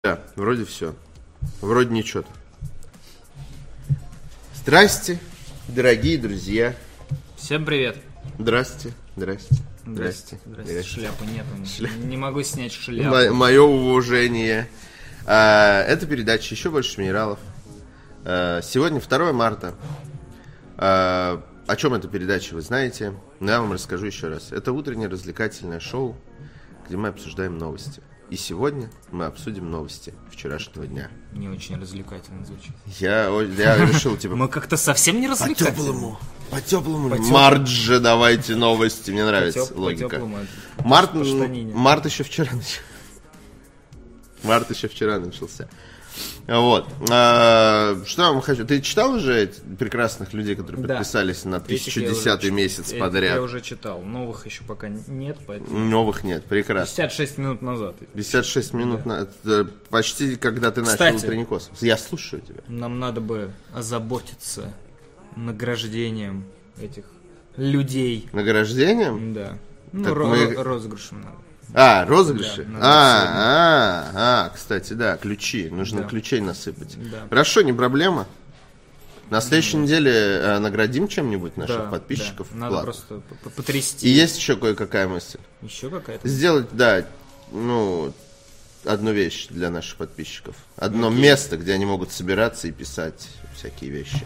Да, вроде все. Вроде ничего-то. Здрасте, дорогие друзья. Всем привет. Здрасте, здрасте. Здрасте. Шляпы нет. Не могу снять шляпу. Мое уважение. Это передача «Еще больше минералов». Сегодня 2 марта. О чем эта передача, вы знаете. Но я вам расскажу еще раз. Это утреннее развлекательное шоу, где мы обсуждаем новости. И сегодня мы обсудим новости вчерашнего дня. Не очень развлекательно звучит. Я решил, типа... Мы как-то совсем не развлекательны. По-теплому. Март же, давайте новости. Мне нравится логика. Март еще вчера начался. Вот. Что я вам хочу? Ты читал уже прекрасных людей, которые подписались на 1010-й месяц подряд? Я уже читал. Новых еще пока нет. Поэтому... Новых нет, прекрасно. 56 минут назад. 56 минут назад. Почти когда ты начал утренний космос. Я слушаю тебя. Нам надо бы озаботиться награждением этих людей. Награждением? Да. Розыгрышем надо. Розыгрыши? Кстати, да, ключи. Нужно ключей насыпать. Да. Хорошо, не проблема. На следующей неделе наградим чем-нибудь наших подписчиков. Да. Надо просто потрясти. И есть еще кое-какая мысль. Еще какая-то? Сделать, одну вещь для наших подписчиков. Одно место, где они могут собираться и писать всякие вещи.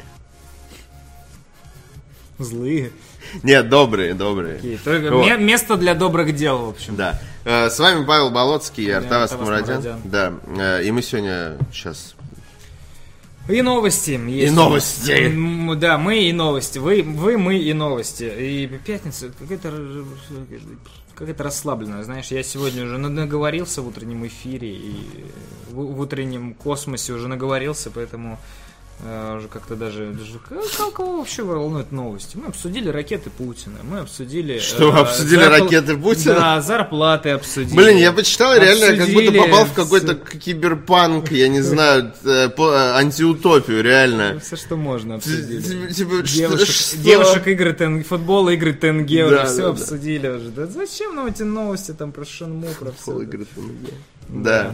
Злые. Нет, добрые. Вот. Место для добрых дел, в общем. Да. С вами Павел Болоцкий и Артавас Мурадян. Да. И мы сегодня сейчас... И новости. И новости. Да, мы и новости. Вы, мы и новости. И пятница какая-то расслабленная. Знаешь, я сегодня уже наговорился в утреннем эфире и в утреннем космосе уже наговорился, поэтому... уже как-то даже кого вообще волнуют новости? Мы обсудили ракеты Путина, мы обсудили... Что, обсудили ракеты Путина? Да, зарплаты обсудили. Блин, я почитал, реально, я как будто попал в какой-то киберпанк, я не знаю, антиутопию, реально. Все, что можно, обсудили. Девушек, игры, футбол, игры тенге, уже все обсудили уже. Да зачем нам эти новости там про Шенму, про все? Футбол, игры тенге. Да.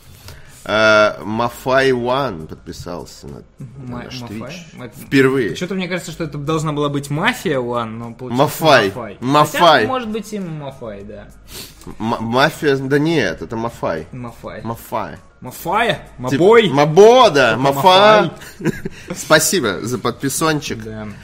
Мафай One подписался на наш Twitch. Впервые. Что-то мне кажется, что это должна была быть Мафия One, но получилось Мафай. Хотя, может быть, и Мафай, да. Мафия, да нет, это Мафай. Мафая? Мабой? Мабо, да, Мафа. Спасибо за подписончик.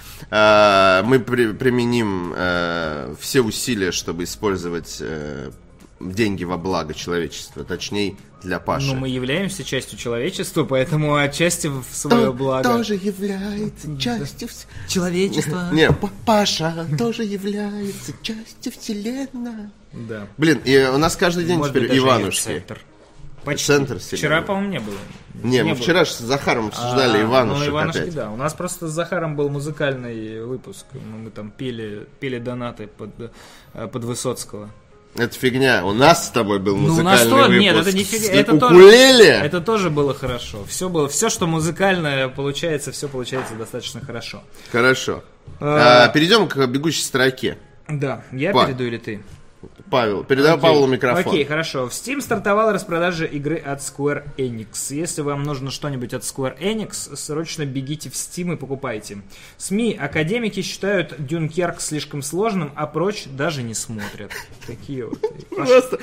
Да. Мы применим все усилия, чтобы использовать деньги во благо человечества, точнее, для Паши. Но мы являемся частью человечества, поэтому отчасти в свое благо. Тоже является частью человечества. Не, Паша тоже является частью вселенной. Да. Блин, и у нас каждый день теперь Иванушки. Центр вселенной. Вчера, по-моему, не было. Не, мы вчера же с Захаром обсуждали Иванушек. Ну, Иванушки, да. У нас просто с Захаром был музыкальный выпуск. Мы там пели донаты под Высоцкого. Это фигня. У нас с тобой был музыкальный выпуск. Нет, это не фигня. Это укулеле. Это тоже было хорошо. Все, что музыкальное получается, все получается достаточно хорошо. Хорошо. Перейдем к бегущей строке. Да. Я перейду или ты? Павел, передаю Павлу микрофон. Окей, хорошо. В Steam стартовала распродажа игры от Square Enix. Если вам нужно что-нибудь от Square Enix, срочно бегите в Steam и покупайте. СМИ, академики считают Дюнкерк слишком сложным, а прочь даже не смотрят. Такие вот. Просто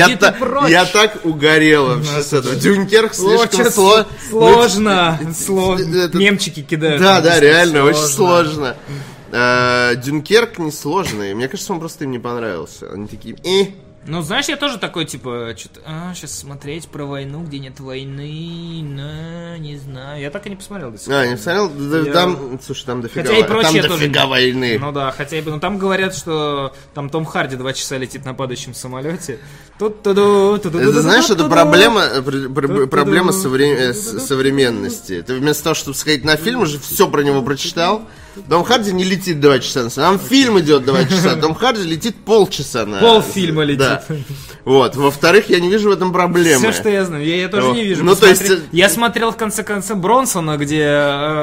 я так угорел вообще с этого. Дюнкерк слишком сложно. Мемчики кидают. Да, реально, очень сложно. Дюнкерк несложный. Мне кажется, он просто им не понравился. Они такие... Ну, знаешь, я тоже такой, типа, что-то, сейчас смотреть про войну, где нет войны, не знаю. Я так и не посмотрел до сих пор. Не посмотрел? Слушай, там дофига хотя и прочее там дофига войны. Ну да, хотя и... там говорят, что там Том Харди 2 часа летит на падающем самолете. Это, знаешь, это проблема современности. Ты вместо того, чтобы сходить на фильм, уже все про него прочитал. Том Харди не летит 2 часа. Там фильм идет 2 часа. Том Харди летит полчаса. Полфильма летит. Да. Вот. Во-вторых, я не вижу в этом проблемы. Все, что я знаю. Я тоже не вижу. Я смотрел в конце концов Бронсона, где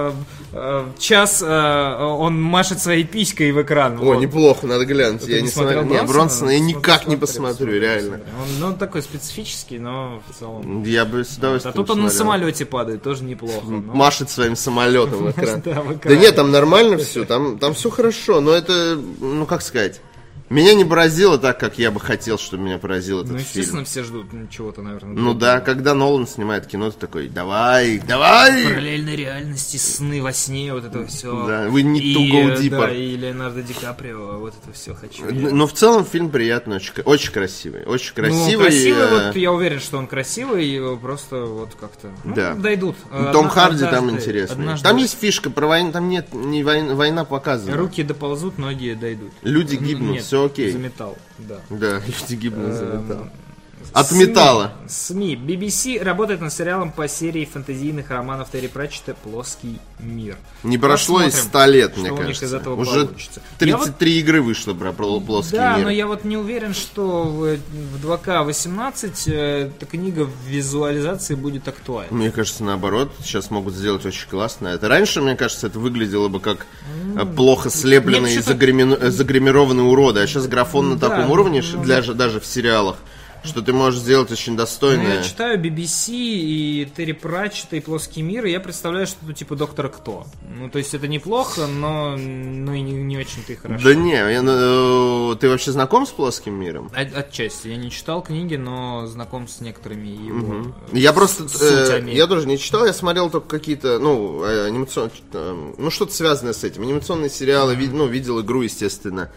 час он машет своей писькой в экран. О, неплохо, надо глянуть. Я не смотрел. Бронсона? Не, Бронсона я никак не посмотрю, реально. Он такой специфический, но в целом... Я бы с удовольствием А тут он на смотрел. самолете падает, тоже неплохо. но- Машет своим самолетом в экран. Да, в Да экране. нет, там нормально все, там все хорошо, но это, ну как сказать, меня не поразило так, как я бы хотел, чтобы меня поразил этот Ну, фильм. естественно, все ждут чего-то, наверное. Ну да, когда Нолан снимает кино, ты такой, давай, давай! Параллельной реальности, сны во сне, вот это все. Да, we need to и, go deeper. Да, и Леонардо Ди Каприо, вот это все хочу. Но в целом фильм приятный, очень красивый, очень красивый. Ну, красивый, вот я уверен, что он красивый, просто вот как-то Да. дойдут. Том Харди там Однажды- интересный. однажды Там есть фишка про войну, там нет, не война показана. руки доползут, ноги дойдут. Люди гибнут, Нет, все окей. за металл, да. Да, люди гибнут за металл. Эм, От СМИ. металла. СМИ. BBC работает над сериалом по серии фантазийных романов Терри Пратчетта «Плоский мир». Не прошло и Посмотрим, 100 лет, что мне у них кажется. из этого Уже получится. 33 игры вышло про плоский Да, мир. но я вот не уверен, что в 2К18 эта книга в визуализации будет актуальна. Мне кажется, наоборот, сейчас могут сделать очень классно. Это раньше, мне кажется, это выглядело бы как плохо слепленные и Нет, что-то- загримированные уроды. А сейчас графон на Да, таком уровне, ну, даже в сериалах, что ты можешь сделать очень Ну, достойное. я читаю BBC и Терри Пратчетта и «Плоский мир», и я представляю что-то типа «Доктора Кто». Ну, то есть это неплохо, но и не очень-то и хорошо. Да не, ты вообще знаком с плоским миром? Отчасти. Я не читал книги, но знаком с некоторыми его Я просто, сутями. я тоже не читал, я смотрел только какие-то, анимационные, что-то связанное с этим. Анимационные сериалы, видел игру, естественно.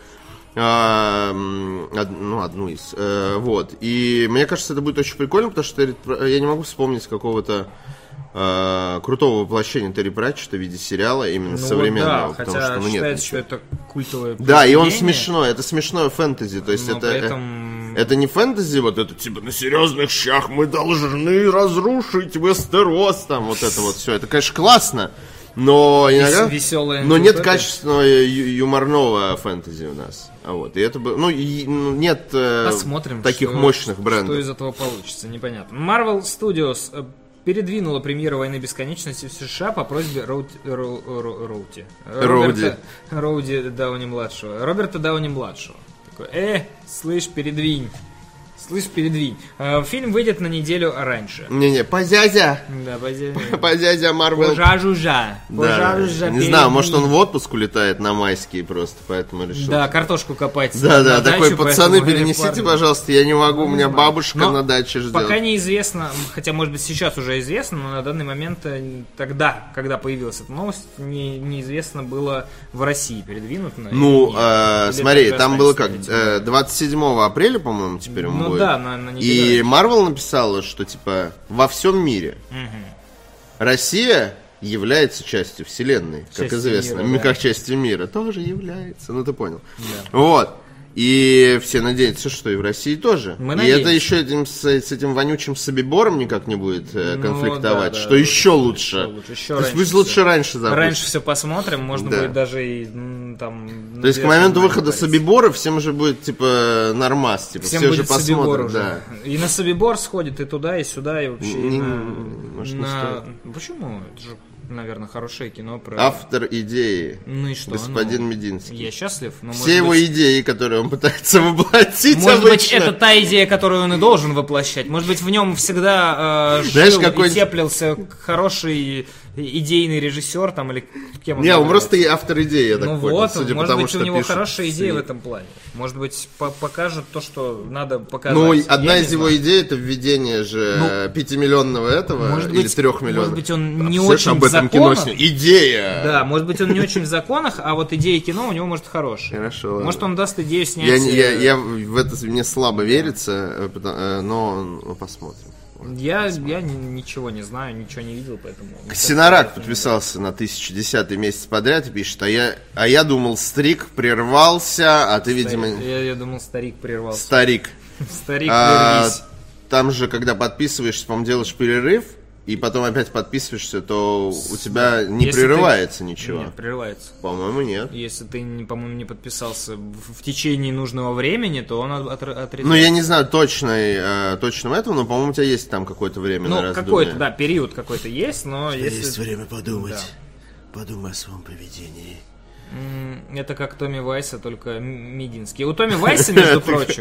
Одну из. Вот. И мне кажется, это будет очень прикольно, потому что я не могу вспомнить какого-то крутого воплощения Терри Пратчетта в виде сериала, именно современного. Да, потому хотя что, нет считается, что ничего. это культовое Да, и он произведение, смешной, это смешное фэнтези, то есть но это... при этом... Это не фэнтези, вот это типа на серьезных щах мы должны разрушить Вестерос, там вот это вот все. Это, конечно, классно, но иногда... Веселая но нет антиутопия. качественного юморного фэнтези у нас. А вот, и это бы... нет Посмотрим, таких что- мощных брендов. Что из этого получится, непонятно. Marvel Studios передвинула премьеру «Войны бесконечности» в США по просьбе Роуди Дауни-младшего. Роберта Дауни-младшего. Такой, слышь, передвинь. Фильм выйдет на неделю раньше. Не-не, позязя! Да, Позязя Марвел. Пожа-жужа. Да, не знаю, может он в отпуск улетает на майские просто, поэтому решил. Да, картошку копать. Да, на такой, дачу, пацаны, поэтому, перенесите, парни, пожалуйста, я не могу, у меня бабушка Но на даче ждет. Пока неизвестно, хотя, может быть, сейчас уже известно, но на данный момент, тогда, когда появилась эта новость, неизвестно было в России передвинуто. Или Смотри, это там было как, останется, 27 апреля, по-моему, теперь он Ну будет. да, на неделю И раньше. Марвел написала, что, типа, во всем мире Россия является частью вселенной, как Частью известно. мира, да. Как частью мира тоже является, ну ты понял. Вот. И все надеются, что и в России тоже. Мы и надеемся. это еще с этим вонючим Собибором никак не будет конфликтовать, да, что да, еще лучше. Еще То есть раньше пусть лучше всё. раньше запустят. Раньше все посмотрим, можно Да. будет даже и там... То есть к моменту выхода Собибора всем уже будет типа нормас, типа Всем все будет уже посмотрят. Собибор уже. Да. И на Собибор сходит, и туда, и сюда, и вообще... Не- и может, не Почему? Это же, наверное, хорошее кино про... Автор идеи, Ну и что? господин Ну, Мединский. Я счастлив, но Все его идеи, которые он пытается воплотить Может быть, обычно. это та идея, которую он и должен воплощать. Может быть, в нем всегда Знаешь, жил и какой-нибудь- теплился хороший идейный режиссер там, или кем он Не, он является. просто и автор идеи, я так Ну понял, вот, судя по может тому, быть, что у него пишут хорошая в идея в СМИ. этом плане. Может быть, покажет то, что надо показать. Ну, Я одна не из его знаю. идей это введение же 5-миллионного этого, Может или быть, 3 миллионов. может быть, он не Представляешь, очень об в этом кино законах. Идея! Да, может быть, он не очень в законах, а вот идея кино у него может хорошая. Хорошо, ладно. Может, он даст идею снять... Я в это мне слабо верится, но посмотрим. Я ничего не знаю, ничего не видел, поэтому... Ксенорак подписался на 1010 месяц подряд и пишет, а я думал, стрик прервался, а ты, видимо, Я думал, старик прервался. старик. Старик, прервись. Там же, когда подписываешься, по-моему, делаешь перерыв, и потом опять подписываешься, то у тебя не Если прерывается ничего. Нет, прерывается. По-моему, нет. Если ты, по-моему, не подписался в течение нужного времени, то он отрезает. Ну, я не знаю точного этого, но, по-моему, у тебя есть там какое-то время на Ну, раздумье. какой-то, да, период какой-то есть, но если... время подумать. Подумай о своем поведении. Это как Томми Вайса, только Мединский. У Томми Вайса, между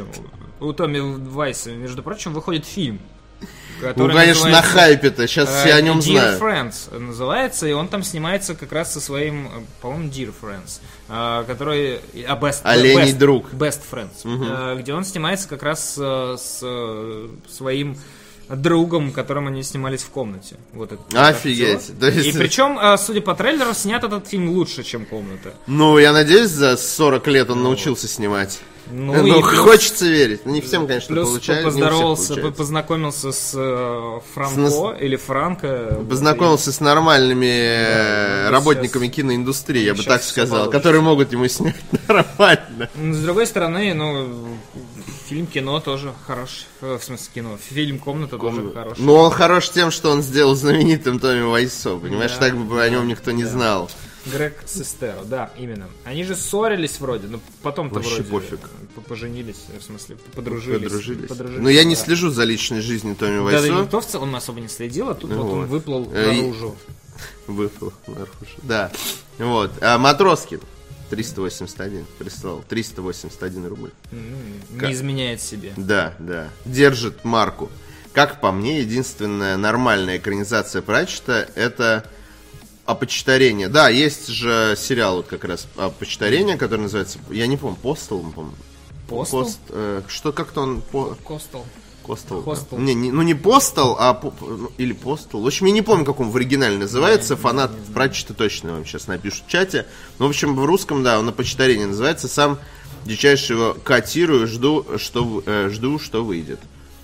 прочим, выходит фильм. Ну, конечно, на хайпе-то, сейчас все о нем знают. Dear Friends называется, и он там снимается как раз со своим, по-моему, Dear Friends, который... Оленей друг. Best Friends, где он снимается как раз с своим другом, которым они снимались в комнате. Вот это. Офигеть. И причем, судя по трейлеру, снят этот фильм лучше, чем «Комната». Ну, я надеюсь, за 40 лет он научился снимать. Ну, хочется верить. Не всем, конечно, плюс получается. Поздоровался, познакомился с Франко или Франко. Познакомился с нормальными работниками киноиндустрии, я бы так сказал, которые могут ему снять нормально. С другой стороны, фильм «Кино» тоже хорош. В смысле, кино. Фильм «Комната» тоже хорош. Ну, он хорош тем, что он сделал знаменитым Томми Вайсо. Понимаешь, так бы о нем никто не знал. Грег Сестеро, да, именно. Они же ссорились вроде, но потом-то вообще вроде пофиг. Поженились, в смысле, подружились. Но я не слежу за личной жизнью Томми Вайсо. Да, никто в целом особо не следил, а тут вот он выплыл наружу. Выплыл наружу, да. Вот. А Матроскин 381 прислал. 381 рубль. Не изменяет себе. Да. Держит марку. Как по мне, единственная нормальная экранизация Пратчета — это «Опочтарение». Да, есть же сериал вот как раз «Опочтарение», который называется, я не помню, «Постел», по-моему. «Постел»? Что как-то он... «Костел». Костел. Хостел. Не Постел, или Постел. В общем, я не помню, как он в оригинале называется. Фанат Пратчета точно вам сейчас напишут в чате. Но, в общем, в русском, да, он «Опочтарение» называется. Сам дичайше его котирую, жду, что выйдет.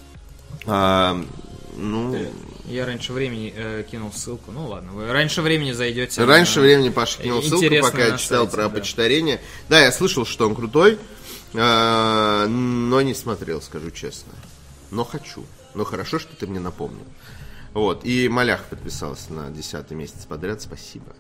Я раньше времени кинул ссылку. Ну ладно, вы раньше времени зайдете. Раньше времени Паша кинул ссылку, пока я читал про «Опочтарение». Да, я слышал, что он крутой, но не смотрел, скажу честно. Но хочу. Но хорошо, что ты мне напомнил. Вот. И Малях подписался на 10-й месяц подряд. Спасибо.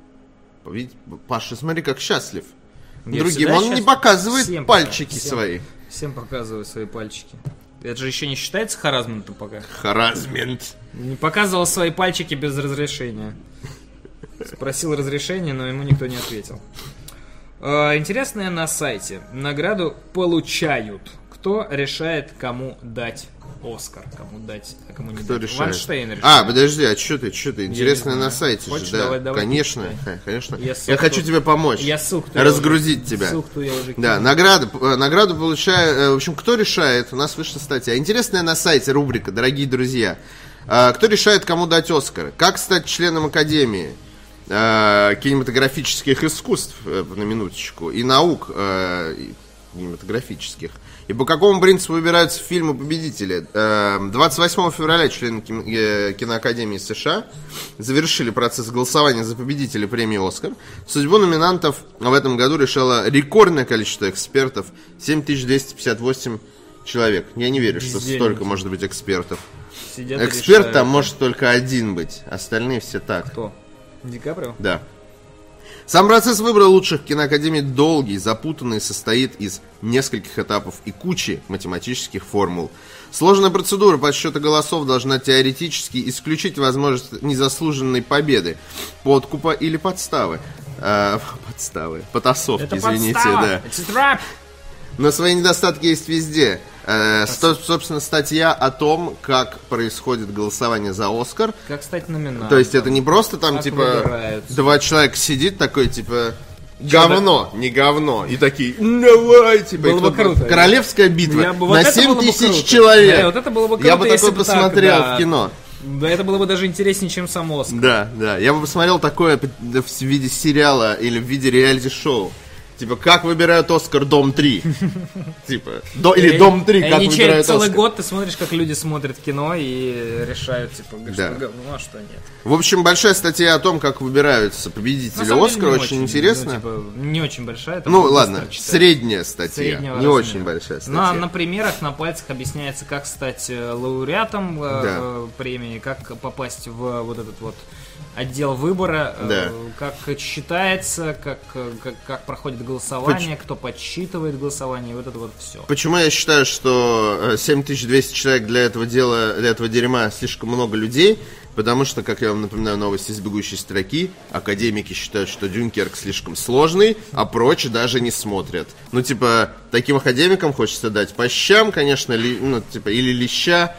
Паша, смотри, как счастлив. Другим он не показывает пальчики свои. Всем показываю свои пальчики. Это же еще не считается харазментом пока. Харазмент. Не показывал свои пальчики без разрешения. Спросил разрешение, но ему никто не ответил. Интересное на сайте. Награду получают. Кто решает, кому дать Оскар? Кому дать, а кому не Кто дать? решает? Вайнштейн решает. Подожди, а что ты? Интересное на сайте. Хочешь, же, да. давай, Конечно. Я хочу тебе помочь. Я ссылку разгрузить тебя. Ссылку я уже кинул. Да, награду получаю. В общем, кто решает? У нас вышла статья. Интересная на сайте рубрика, дорогие друзья. Кто решает, кому дать Оскар? Как стать членом Академии кинематографических искусств, на минуточку, и наук кинематографических? И по какому принципу выбираются фильмы-победители? 28 февраля члены Киноакадемии США завершили процесс голосования за победителей премии «Оскар». Судьбу номинантов в этом году решало рекордное количество экспертов – 7258 человек. Я не верю, что столько может быть экспертов. Эксперт там может только один быть, остальные все так. Кто? Ди Каприо? Да. Сам процесс выбора лучших киноакадемий долгий, запутанный, состоит из нескольких этапов и кучи математических формул. Сложная процедура подсчета голосов должна теоретически исключить возможность незаслуженной победы, подкупа или подставы. Потасовки, это извините, подстава. да. It's a trap. Но свои недостатки есть везде. Собственно, статья о том, как происходит голосование за «Оскар». Как стать номинантом. То есть это не просто там, как типа, выбираются. два человека сидит такой, типа, говно, не говно. И такие, давай, типа, было бы круто. Королевская битва Вот на 7 тысяч человек. Да, вот это было бы круто, я бы такое бы посмотрел так, да. в кино. Да, это было бы даже интереснее, чем сам «Оскар». Да. Я бы посмотрел такое в виде сериала или в виде реалити-шоу. Типа, как выбирают «Оскар» Дом 3? Типа, или Дом 3, как выбирают целый «Оскар». год ты смотришь, как люди смотрят кино и решают, типа, что говно, а что нет. В общем, большая статья о том, как выбираются победители «Оскара», очень интересно. Не очень большая. Ну, ладно, средняя статья, не очень большая статья. На примерах, на пальцах объясняется, как стать лауреатом премии, как попасть в вот этот вот отдел выбора, как считается, как проходит голосование, кто подсчитывает голосование, и вот это вот все. Почему я считаю, что 7200 человек для этого дела, для этого дерьма слишком много людей? Потому что, как я вам напоминаю, новости из бегущей строки, академики считают, что Дюнкерк слишком сложный, а прочь даже не смотрят. Ну, типа, таким академикам хочется дать по щам, конечно, или леща.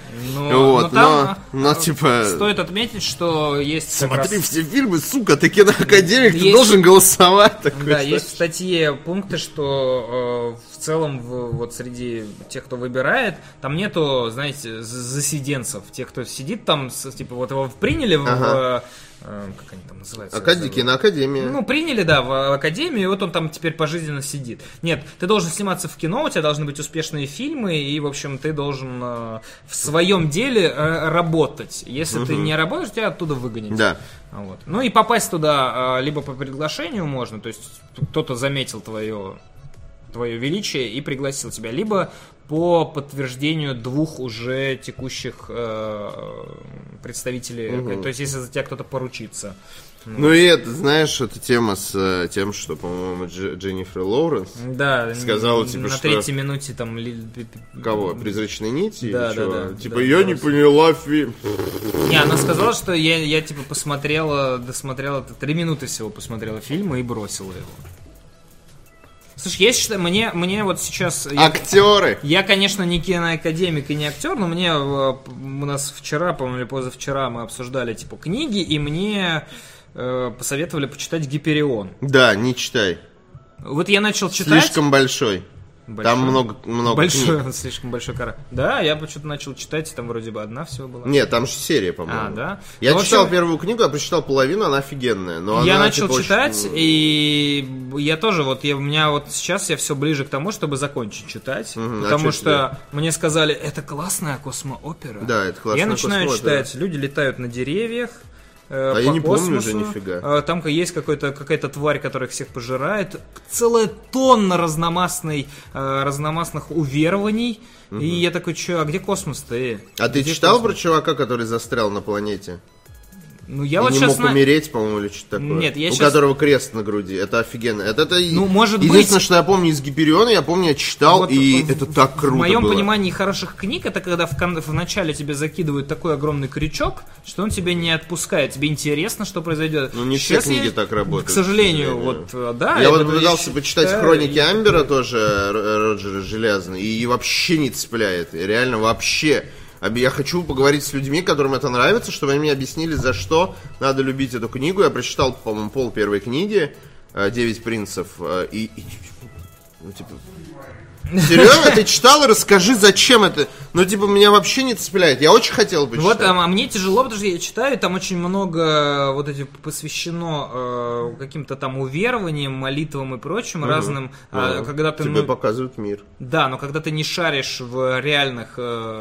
Но, типа... Стоит отметить, что есть... Смотри все фильмы, сука, ты киноакадемик, ты должен голосовать. Да, есть в статье пункты, что в целом вот среди тех, кто выбирает, там нету, знаете, засиденцев. Тех, кто сидит там, типа, вот его приняли в... Как они там называются? Киноакадемия. Ну, приняли, да, в академию, и вот он там теперь пожизненно сидит. Нет, ты должен сниматься в кино, у тебя должны быть успешные фильмы, и, в общем, ты должен в своем деле работать. Если ты не работаешь, тебя оттуда выгонят. Да. Вот. Ну и попасть туда либо по приглашению можно, то есть кто-то заметил твое величие и пригласил тебя, либо по подтверждению 2 уже текущих представителей, то есть если за тебя кто-то поручится. Ну и это, знаешь, эта тема с тем, что, по-моему, Дженнифер Лоуренс сказала, типа, на 3-й минуте там... Кого? «Призрачные нити»? Да. Типа, я не поняла фильм. Не, она сказала, что я типа, досмотрела 3 минуты всего посмотрела фильма и бросила его. Слушай, я считаю, мне вот сейчас... Актеры! Я, конечно, не киноакадемик и не актер, но мне у нас вчера, по-моему, или позавчера мы обсуждали, типа, книги, и мне посоветовали почитать «Гиперион». Да, не читай. Вот я начал читать... Слишком большой. Там много большой, книг. Слишком большой кара. Да, я почему-то начал читать, и там вроде бы одна всего была. Нет, там же серия, по-моему. Да? Я читал первую книгу, я прочитал половину, она офигенная. Но я она, начал типа, читать, очень... и я тоже, у меня вот сейчас я все ближе к тому, чтобы закончить читать. Потому что мне сказали, это классная космоопера. Да, это классная Я начинаю космоопера. читать, люди летают на деревьях. А я не помню уже нифига. Там есть какая-то тварь, которая всех пожирает. Целая тонна разномастных уверований. И я такой, а где космос-то? А ты читал про чувака, который застрял на планете? Ну, я и вот не сейчас мог умереть, по-моему, или что-то такое. Нет, я у сейчас... которого крест на груди. Это офигенно. Это может единственное, быть... что я помню из Гипериона, я читал, вот и это так круто было. В моем понимании хороших книг, это когда в начале тебе закидывают такой огромный крючок, что он тебя не отпускает. Тебе интересно, что произойдет. Ну, не все книги так работают. К сожалению, да. Я вот пытался почитать «Хроники Амбера» тоже, Роджера Желязный, и вообще не цепляет. Реально вообще... Я хочу поговорить с людьми, которым это нравится, чтобы они мне объяснили, за что надо любить эту книгу. Я прочитал, по-моему, пол первой книги «9 принцев». Серьезно, ты читал? Расскажи, зачем это? Меня вообще не цепляет. Я очень хотел бы читать. Вот, а мне тяжело, потому что я читаю, там очень много вот этих посвящено каким-то там уверованиям, молитвам и прочим разным. Когда ты, тебе показывают мир. Да, но когда ты не шаришь в реальных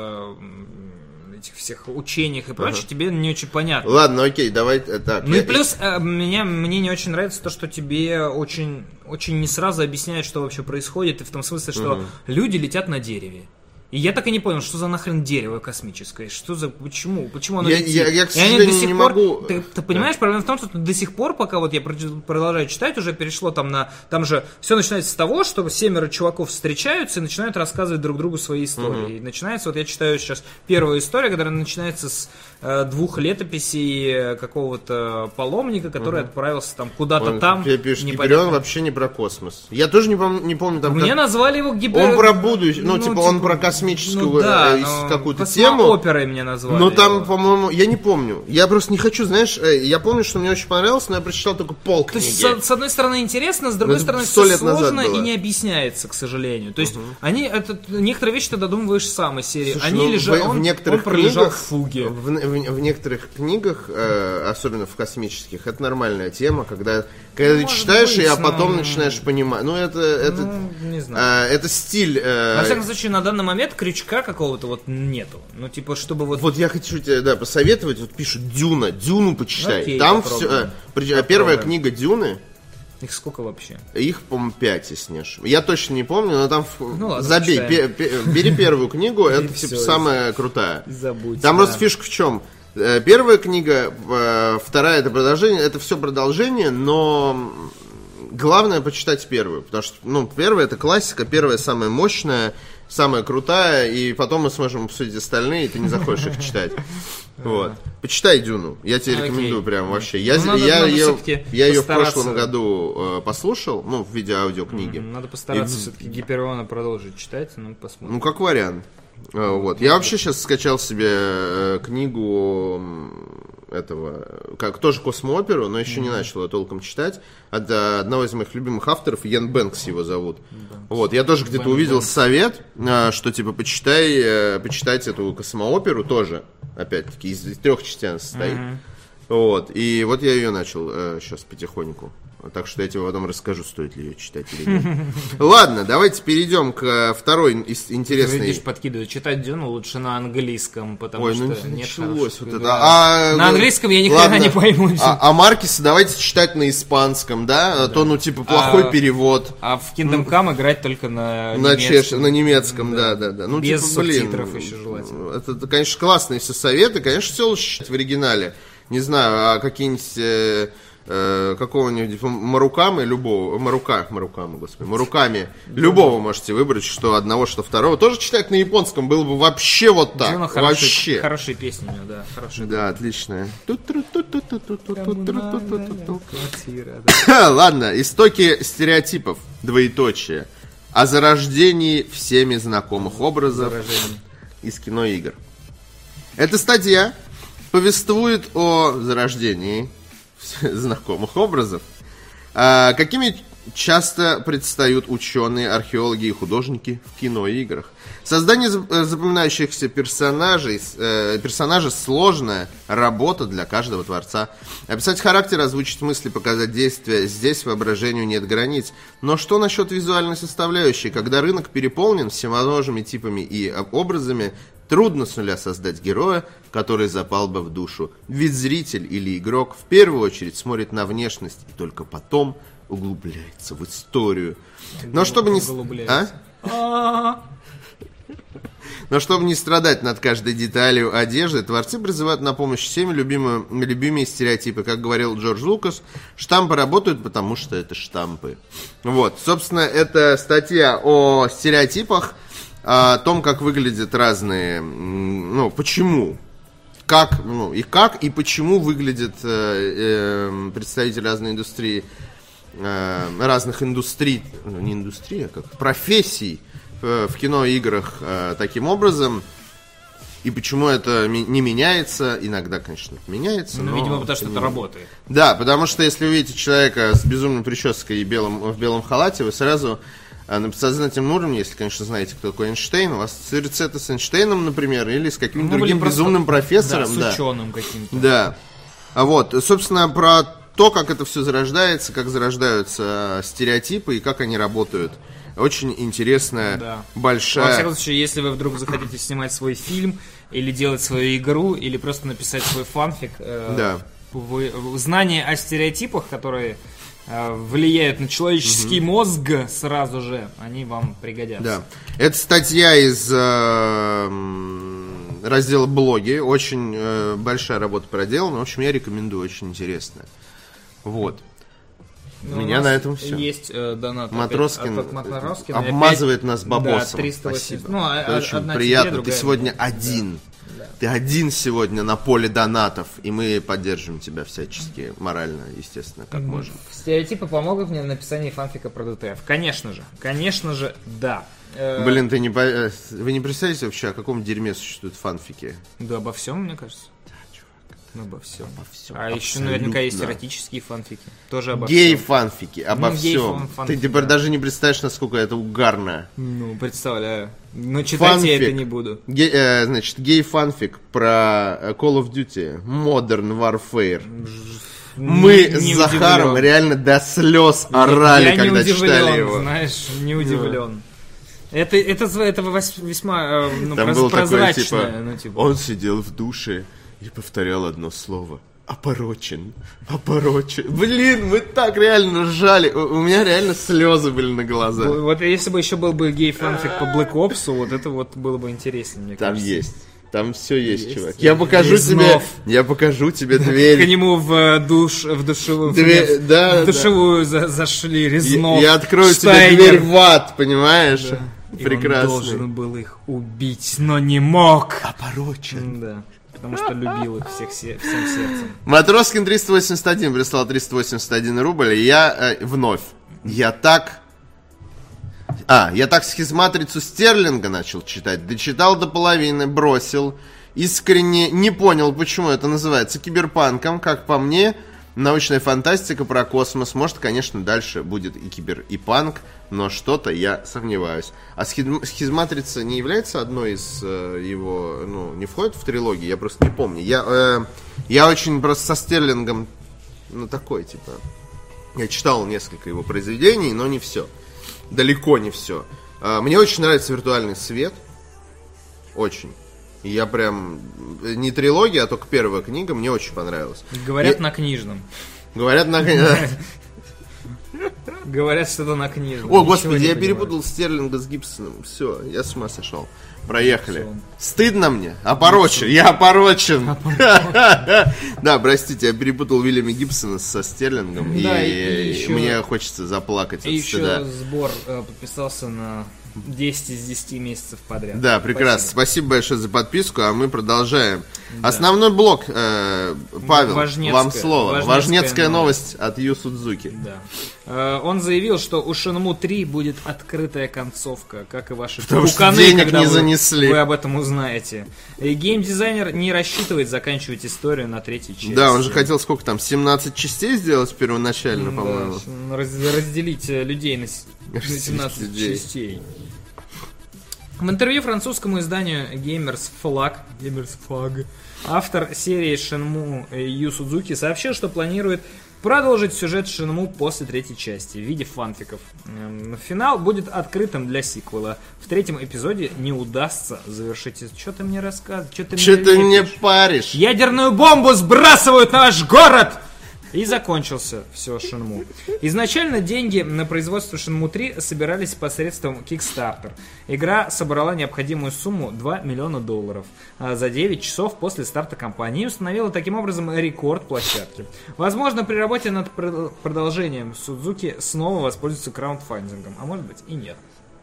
этих всех учениях и прочее, тебе не очень понятно. Ладно, окей, давай так. Ну и плюс мне не очень нравится то, что тебе очень не сразу объясняют, что вообще происходит, и в том смысле, что люди летят на дереве. И я так и не понял, что за нахрен дерево космическое, почему оно летит. Я, к сожалению, не могу... Ты понимаешь, проблема в том, что до сих пор, пока вот я продолжаю читать, уже перешло там же все начинается с того, что 7 чуваков встречаются и начинают рассказывать друг другу свои истории. И начинается, вот я читаю сейчас первую историю, которая начинается с 2 летописей какого-то паломника, который отправился там куда-то там. Гиперион вообще не про космос. Я тоже не помню там... Мне назвали его Гиперион. Он про будущее, он про космическую какую-то тему. Оперой мне назвали. Но там, по-моему, я не помню. Я просто не хочу, знаешь, я помню, что мне очень понравилось, но я прочитал только полкниги. То есть, с одной стороны, интересно, с другой стороны, все сложно и не объясняется, к сожалению. То есть, некоторые вещи ты додумываешь сам из серии. Слушай, он пролежал в фуге. В некоторых книгах, особенно в космических, это нормальная тема, когда ты читаешь, а потом начинаешь понимать. Не знаю. Это стиль. Во всяком случае, на данный момент крючка какого-то вот нету. Чтобы вот... Вот я хочу тебе посоветовать, вот пишут Дюну почитай. Окей, там все. Первая книга Дюны. Их сколько вообще? Их, по-моему, 5, если не ошибаюсь. Я точно не помню, но там ладно, забей, бери первую книгу, это типа самая крутая. Забудь. Там просто фишка в чем? Первая книга, вторая это продолжение, это все продолжение, но главное почитать первую, потому что, первая это классика, первая самая мощная, самая крутая, и потом мы сможем обсудить остальные, и ты не захочешь их читать. Вот. Почитай Дюну. Я тебе рекомендую прям вообще. Я ее в прошлом году послушал, ну, в виде аудиокниги. Надо постараться все-таки Гипериона продолжить читать, ну, посмотрим. Ну, как вариант. Вот. Я вообще сейчас скачал себе книгу этого, как тоже космооперу, но еще не начал ее толком читать, от одного из моих любимых авторов, Йен Бэнкс его зовут. Вот. Я тоже где-то увидел совет, что типа почитать эту космооперу тоже, опять-таки, из 3 частей она состоит. Вот. И вот я ее начал сейчас потихоньку. Так что я тебе потом расскажу, стоит ли ее читать или нет. Ладно, давайте перейдем к второй интересной... Ты видишь, подкидываю. Читать Дюну лучше на английском, потому что нет началось хороших... вот это. На английском я ни хрена не пойму. А Маркеса давайте читать на испанском, да? То, ну, типа, плохой перевод. А в Kingdom Come играть только на немецком. На немецком, да. Ну, без типа, блин, субтитров еще желательно. Это, конечно, классные все советы. Конечно, все лучше читать в оригинале. Не знаю, а какие-нибудь... какого-нибудь Маруками любого, Маруками любого можете выбрать, что одного, что второго. Тоже читать на японском было бы вообще вот так. Вообще. Хорошие песни у него, да. Хорошие. Да, отличная. Ладно, истоки стереотипов, двоеточие. О зарождении всеми знакомых образов из кино и игр. Эта статья повествует о зарождении знакомых образов, какими часто предстают ученые, археологи и художники в кино и играх. Создание запоминающихся персонажей сложная работа для каждого творца. Описать характер, озвучить мысли, показать действия — здесь воображению нет границ. Но что насчет визуальной составляющей? Когда рынок переполнен всевозможными типами и образами, трудно с нуля создать героя, который запал бы в душу. Ведь зритель или игрок в первую очередь смотрит на внешность и только потом углубляется в историю. Но чтобы не... Но чтобы не страдать над каждой деталью одежды, творцы призывают на помощь всеми любимые стереотипы. Как говорил Джордж Лукас, штампы работают, потому что это штампы. Вот, собственно, это статья о стереотипах, о том, как выглядят разные, ну, почему, как, ну, и почему выглядят представители разной индустрии, разных индустрий, не индустрия, как профессий в кино и играх таким образом, и почему это не меняется. Иногда, конечно, меняется. Ну, видимо, потому что это работает. Да, потому что если вы видите человека с безумной прической и в белом халате, вы сразу на подсознательном уровне, если, конечно, знаете, кто такой Эйнштейн, у вас ассоциируется это с Эйнштейном, например, или с каким-то другим безумным профессором. Да, с ученым каким-то. Да. А вот, собственно, про то, как это все зарождается, как зарождаются стереотипы и как они работают. Очень интересная, большая... Во всяком случае, если вы вдруг захотите снимать свой фильм, или делать свою игру, или просто написать свой фанфик, знания о стереотипах, которые влияют на человеческий мозг сразу же, они вам пригодятся. Да. Это статья из раздела «Блоги». Очень большая работа проделана. В общем, я рекомендую, очень интересно. Вот. У меня на этом все. Есть донат Матроскин от Матроскина. Обмазывает нас бабосом. Да, 380. Спасибо. Ну, это очень приятно. Тебе, ты сегодня один. Да. Ты один сегодня на поле донатов. И мы поддержим тебя всячески, морально, естественно, как можем. Стереотипы помогут мне в написании фанфика про ДТФ. Конечно же, да. Блин, вы не представляете вообще, о каком дерьме существуют фанфики? Да, обо всем, мне кажется. Обо всем. А еще наверняка есть эротические фанфики. Тоже обо всем. Гей-фанфики, обо всем. Ты теперь даже не представляешь, насколько это угарно. Ну, представляю. Но читать я это не буду. Значит, гей-фанфик про Call of Duty Modern Warfare. Мы с Захаром реально до слез орали, когда читали его. Знаешь, не удивлен. Это весьма прозрачно. Он сидел в душе и повторял одно слово. Опорочен. Блин, мы так реально ржали. У меня реально слезы были на глазах. Вот если бы еще был бы гей-фанфик по Black Ops, вот это вот было бы интереснее, мне кажется. Там есть. Там все есть, чувак. Я покажу тебе дверь. К нему в душевую зашли Резнов. Я открою тебе дверь в ад, понимаешь? И Прекрасный. он должен был их убить, но не мог. Опорочен. Да, потому что любил их всем сердцем. Матроскин 381 прислал 381 рубль. И я Я так схизматрицу Стерлинга начал читать. Дочитал до половины, бросил. Искренне не понял, почему это называется киберпанком. Как по мне, научная фантастика про космос. Может, конечно, дальше будет и кибер, и панк. Но что-то я сомневаюсь. А схизматрица не является одной из его... Ну, не входит в трилогию? Я просто не помню. Я очень просто со Стерлингом... Ну, такой, типа... Я читал несколько его произведений, но не все. Далеко не все. Мне очень нравится «Виртуальный свет». Очень. И я прям... Не трилогия, а только первая книга мне очень понравилась. Говорят на книжном. Говорят на книжном. Говорят что-то на книжном. О, господи, я перепутал Стерлинга с Гибсоном. Все, я с ума сошел. Проехали. Стыдно мне? Опорочен. Я опорочен. Да, простите, я перепутал Уильяма Гибсона со Стерлингом. И мне хочется заплакать от стыда. И еще сбор подписался на 10 из 10 месяцев подряд. Да, прекрасно. Спасибо большое за подписку, а мы продолжаем. Да. Основной блок, Павел, вам слово. Важнецкая новость от Ю Судзуки. Да. Он заявил, что у Shenmue 3 будет открытая концовка, как и ваши пуканы, денег не занесли. Вы об этом узнаете. И геймдизайнер не рассчитывает заканчивать историю на третьей части. Да, он же хотел сколько там, 17 частей сделать первоначально, по-моему. Разделить людей на 17 частей. В интервью французскому изданию Gamers Flag автор серии Shenmue Ю Судзуки сообщил, что планирует продолжить сюжет Shenmue после третьей части в виде фанфиков. Финал будет открытым для сиквела. В третьем эпизоде не удастся завершить... Что ты мне рассказываешь? Что ты мне паришь? Ядерную бомбу сбрасывают на ваш город! И закончился все Shenmue. Изначально деньги на производство Shenmue 3 собирались посредством Kickstarter. Игра собрала необходимую сумму $2 миллиона за 9 часов после старта кампании и установила таким образом рекорд площадки. Возможно, при работе над продолжением Судзуки снова воспользуется краундфандингом, а может быть и нет.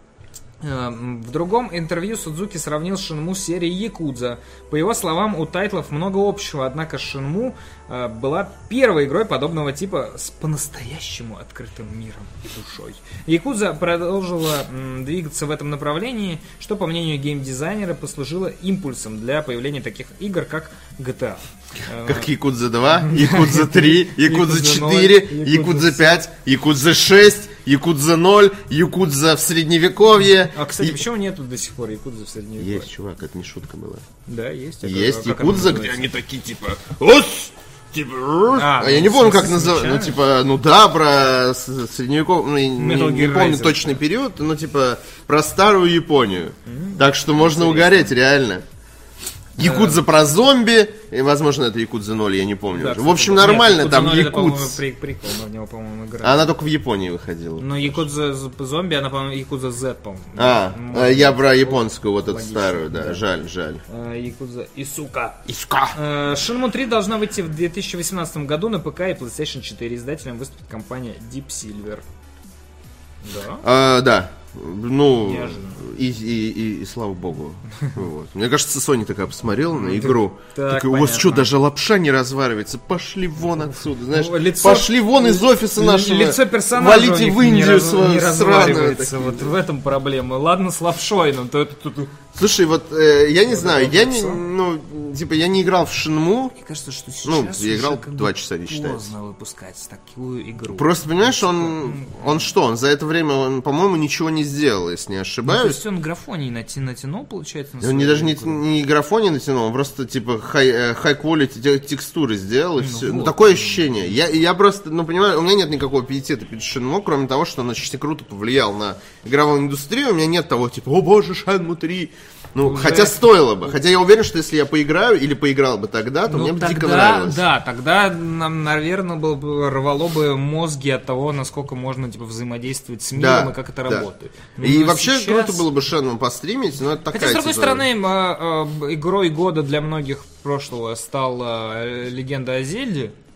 В другом интервью Судзуки сравнил Shenmue с серией Якудза. По его словам, у тайтлов много общего, однако Shenmue была первой игрой подобного типа с по-настоящему открытым миром и душой. Якудза продолжила двигаться в этом направлении, что, по мнению геймдизайнера, послужило импульсом для появления таких игр, как GTA. Как Якудза 2, Якудза 3, Якудза 4, Якудза 5, Якудза 6, Якудза 0, Якудза в средневековье. А, кстати, почему нету до сих пор Якудза в средневековье? Есть, чувак, это не шутка была. Да, есть. Есть Якудза, где они такие, типа... Типа... я не помню, как называется. Ну, типа, ну да, про средневековье... Не помню точный период, но, типа, про старую Японию. Так что можно угореть, реально. Якудза про зомби, и, возможно, это Якудза 0, я не помню. Да, в общем, нормально, нет, там Якудза. Прикол, мы в него, по-моему, играли. Она только в Японии выходила. Но Якудза зомби, она, по-моему, Якудза Z, по-моему. Я про японскую, вот эту старую, да, жаль. Якудза Исука. Shenmue 3 должна выйти в 2018 году на ПК и PlayStation 4. Издателем выступит компания Deep Silver. Да? Да. Ну, и слава богу. Вот. Мне кажется, Sony такая посмотрела на игру. Такая, у вас что, даже лапша не разваривается? Пошли вон отсюда, знаешь, пошли вон из офиса нашего. Лицо персонажа валите в Индию свою не разваривается. Вот в этом проблема. Ладно, с лапшой, но то это тут... Слушай, вот я не знаю, я не играл в Shenmue. Мне кажется, что сейчас я играл 2 часа, не считается. Поздно выпускать такую игру. Просто, понимаешь, он за это время, он, по-моему, ничего не сделал, если не ошибаюсь. То есть он графоний натянул, получается? Он даже не графоний натянул, он просто, типа, high-quality текстуры сделал, и все. Ну, такое ощущение. Я просто, понимаю, у меня нет никакого аппетита перед Shenmue, кроме того, что он очень круто повлиял на игровую индустрию. У меня нет того, типа, о боже, Shenmue 3... хотя стоило бы. Хотя я уверен, что если я поиграю или поиграл бы тогда, то мне бы дико нравилось. Да, тогда нам, наверное, рвало бы мозги от того, насколько можно взаимодействовать с миром и как это работает. И вообще круто было бы Shenmue постримить, но это такая... Хотя, с другой стороны, игрой года для многих прошлого стала Легенда о Зельде.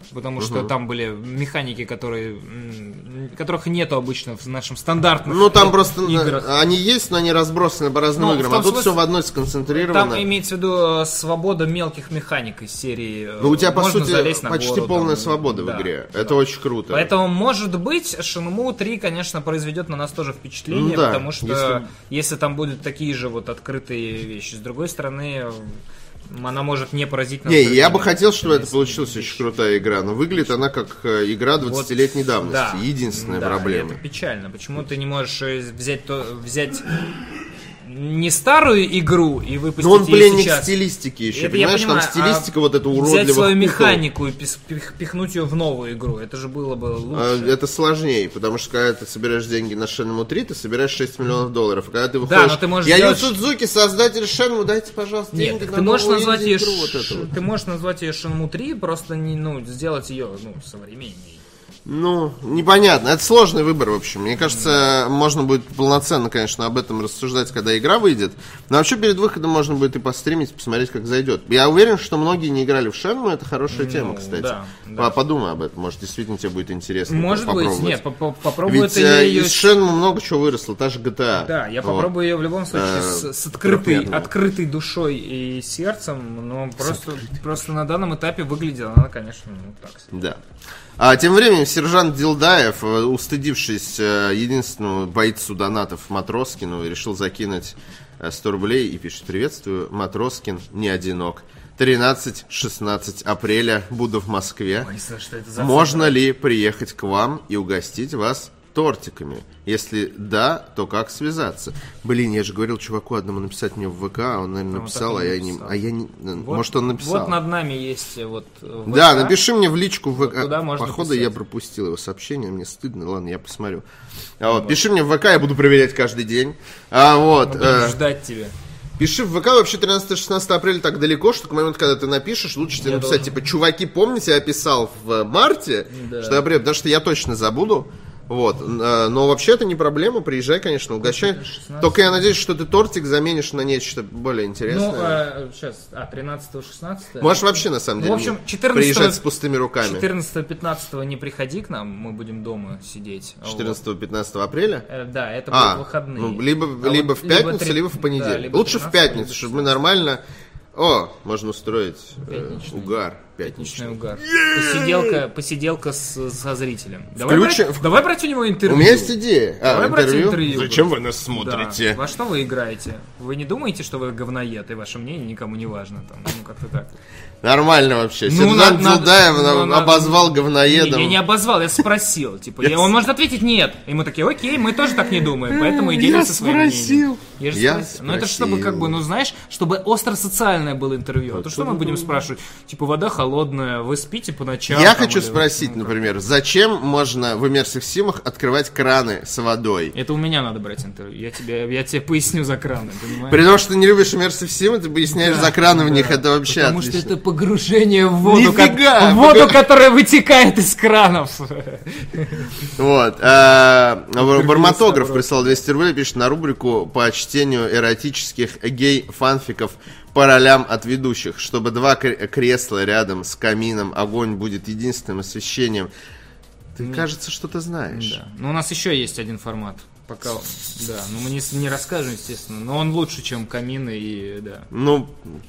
потому что там были механики, которых нету обычно в нашем стандартном Ну, там просто играх. они есть, но они разбросаны по разным играм, а тут все в одной сконцентрировано. Там имеется в виду свобода мелких механик из серии. Ну, у тебя, по можно сути, залезть на почти гору, полная там, свобода да, в игре. да. Это очень круто. Поэтому, может быть, Shenmue 3, конечно, произведет на нас тоже впечатление, Ну да, потому что если там будут такие же вот открытые вещи. С другой стороны, она может не поразить нас. Не, я бы хотел, чтобы это получилась очень крутая игра, но выглядит она как игра 20-летней давности. Да, Единственная да, проблема. Это печально. Почему ты не можешь взять не старую игру и выпустить Но он ее пленник сейчас. стилистики еще, Это я понимаешь? понимаю, там стилистика вот эта уродливых взять свою кукол. механику и пихнуть ее в новую игру. Это же было бы лучше. Это сложнее, потому что когда ты собираешь деньги на Shenmue 3, ты собираешь $6 миллионов. А когда ты выходишь... но ты можешь Я сделать... Ю Судзуки, создатель Shenmue, дайте, пожалуйста, Нет, деньги ты на можешь новую назвать ее инди-игру вот эту вот. ты можешь назвать ее Shenmue 3, просто сделать ее современней. Ну, непонятно. Это сложный выбор, в общем. Мне кажется, можно будет полноценно, конечно, об этом рассуждать, когда игра выйдет. Но вообще перед выходом можно будет и постримить, посмотреть, как зайдет. Я уверен, что многие не играли в Shenmue, это хорошая тема, кстати. Да. Подумай об этом, может, действительно тебе будет интересно. Может быть, нет, попробую Ведь это я ее... из Shenmue много чего выросло, та же GTA. Да, я попробую ее в любом случае с открытой душой и сердцем, но просто на данном этапе выглядела она, конечно, так себе. Да. А тем временем сержант Дилдаев, устыдившись единственному бойцу донатов Матроскину, решил закинуть 100 рублей и пишет: «Приветствую, Матроскин не одинок. 13-16 апреля буду в Москве. Ой, что это за Можно ли приехать к вам и угостить вас тортиками? Если да, то как связаться?» Блин, я же говорил чуваку одному написать мне в ВК, он, наверное, написал, а я не... Вот, может, он написал. Вот над нами есть вот ВК. Да, напиши мне в личку в ВК. Туда можно Походу, писать. я пропустил его сообщение, мне стыдно, ладно, я посмотрю. Пиши мне в ВК, я буду проверять каждый день. Буду ждать тебя. Пиши в ВК, вообще 13-16 апреля так далеко, что к моменту, когда ты напишешь, лучше тебе написать, типа, чуваки, помните, я писал в марте, что апрель, потому что я точно забуду. Вот, но вообще это не проблема, приезжай, конечно, угощай. 16. Только я надеюсь, что ты тортик заменишь на нечто более интересное. Сейчас, 13-16. Можешь вообще, на самом деле, в общем, 14 приезжать с пустыми руками. 14-15 не приходи к нам, мы будем дома сидеть. 14-15 апреля? Да, это будут выходные. Ну, либо в пятницу, либо в понедельник. Лучше в пятницу, чтобы мы нормально... можно устроить угар. Пятничный угар. Посиделка со зрителем. Давай брать у него интервью. У меня есть идея. Давай брать интервью. Зачем вы нас смотрите? Да. Во что вы играете? Вы не думаете, что вы говноед, и ваше мнение никому не важно? Там, как-то так. Нормально вообще. Сержант Дилдаев обозвал говноедом. Я не обозвал, я спросил. Типа, он может ответить нет. И мы такие: окей, мы тоже так не думаем, поэтому и делимся своим мнением. Я спросил. Ну это чтобы знаешь, чтобы остро-социальное было интервью. А то что мы будем спрашивать? Типа, вода холодная, вы спите по ночам. Я хочу спросить, например, зачем можно в Immersive Sim'ах открывать краны с водой? Это у меня надо брать интервью. Я тебе поясню за краны, понимаешь? При том, что ты не любишь Immersive Sim, ты поясняешь за краны в них, это вообще потому отлично. Что это погружение в воду, Нифига! воду, которая вытекает из кранов. Вот. Барматограф прислал 200 рублей, пишет: на рубрику по чтению эротических гей-фанфиков по ролям от ведущих, чтобы два кресла рядом с камином, огонь будет единственным освещением. Ты, кажется, что-то знаешь. Да. Ну, у нас еще есть один формат. Пока, да, но мы не расскажем, естественно. Но он лучше, чем камины и, да. Ну...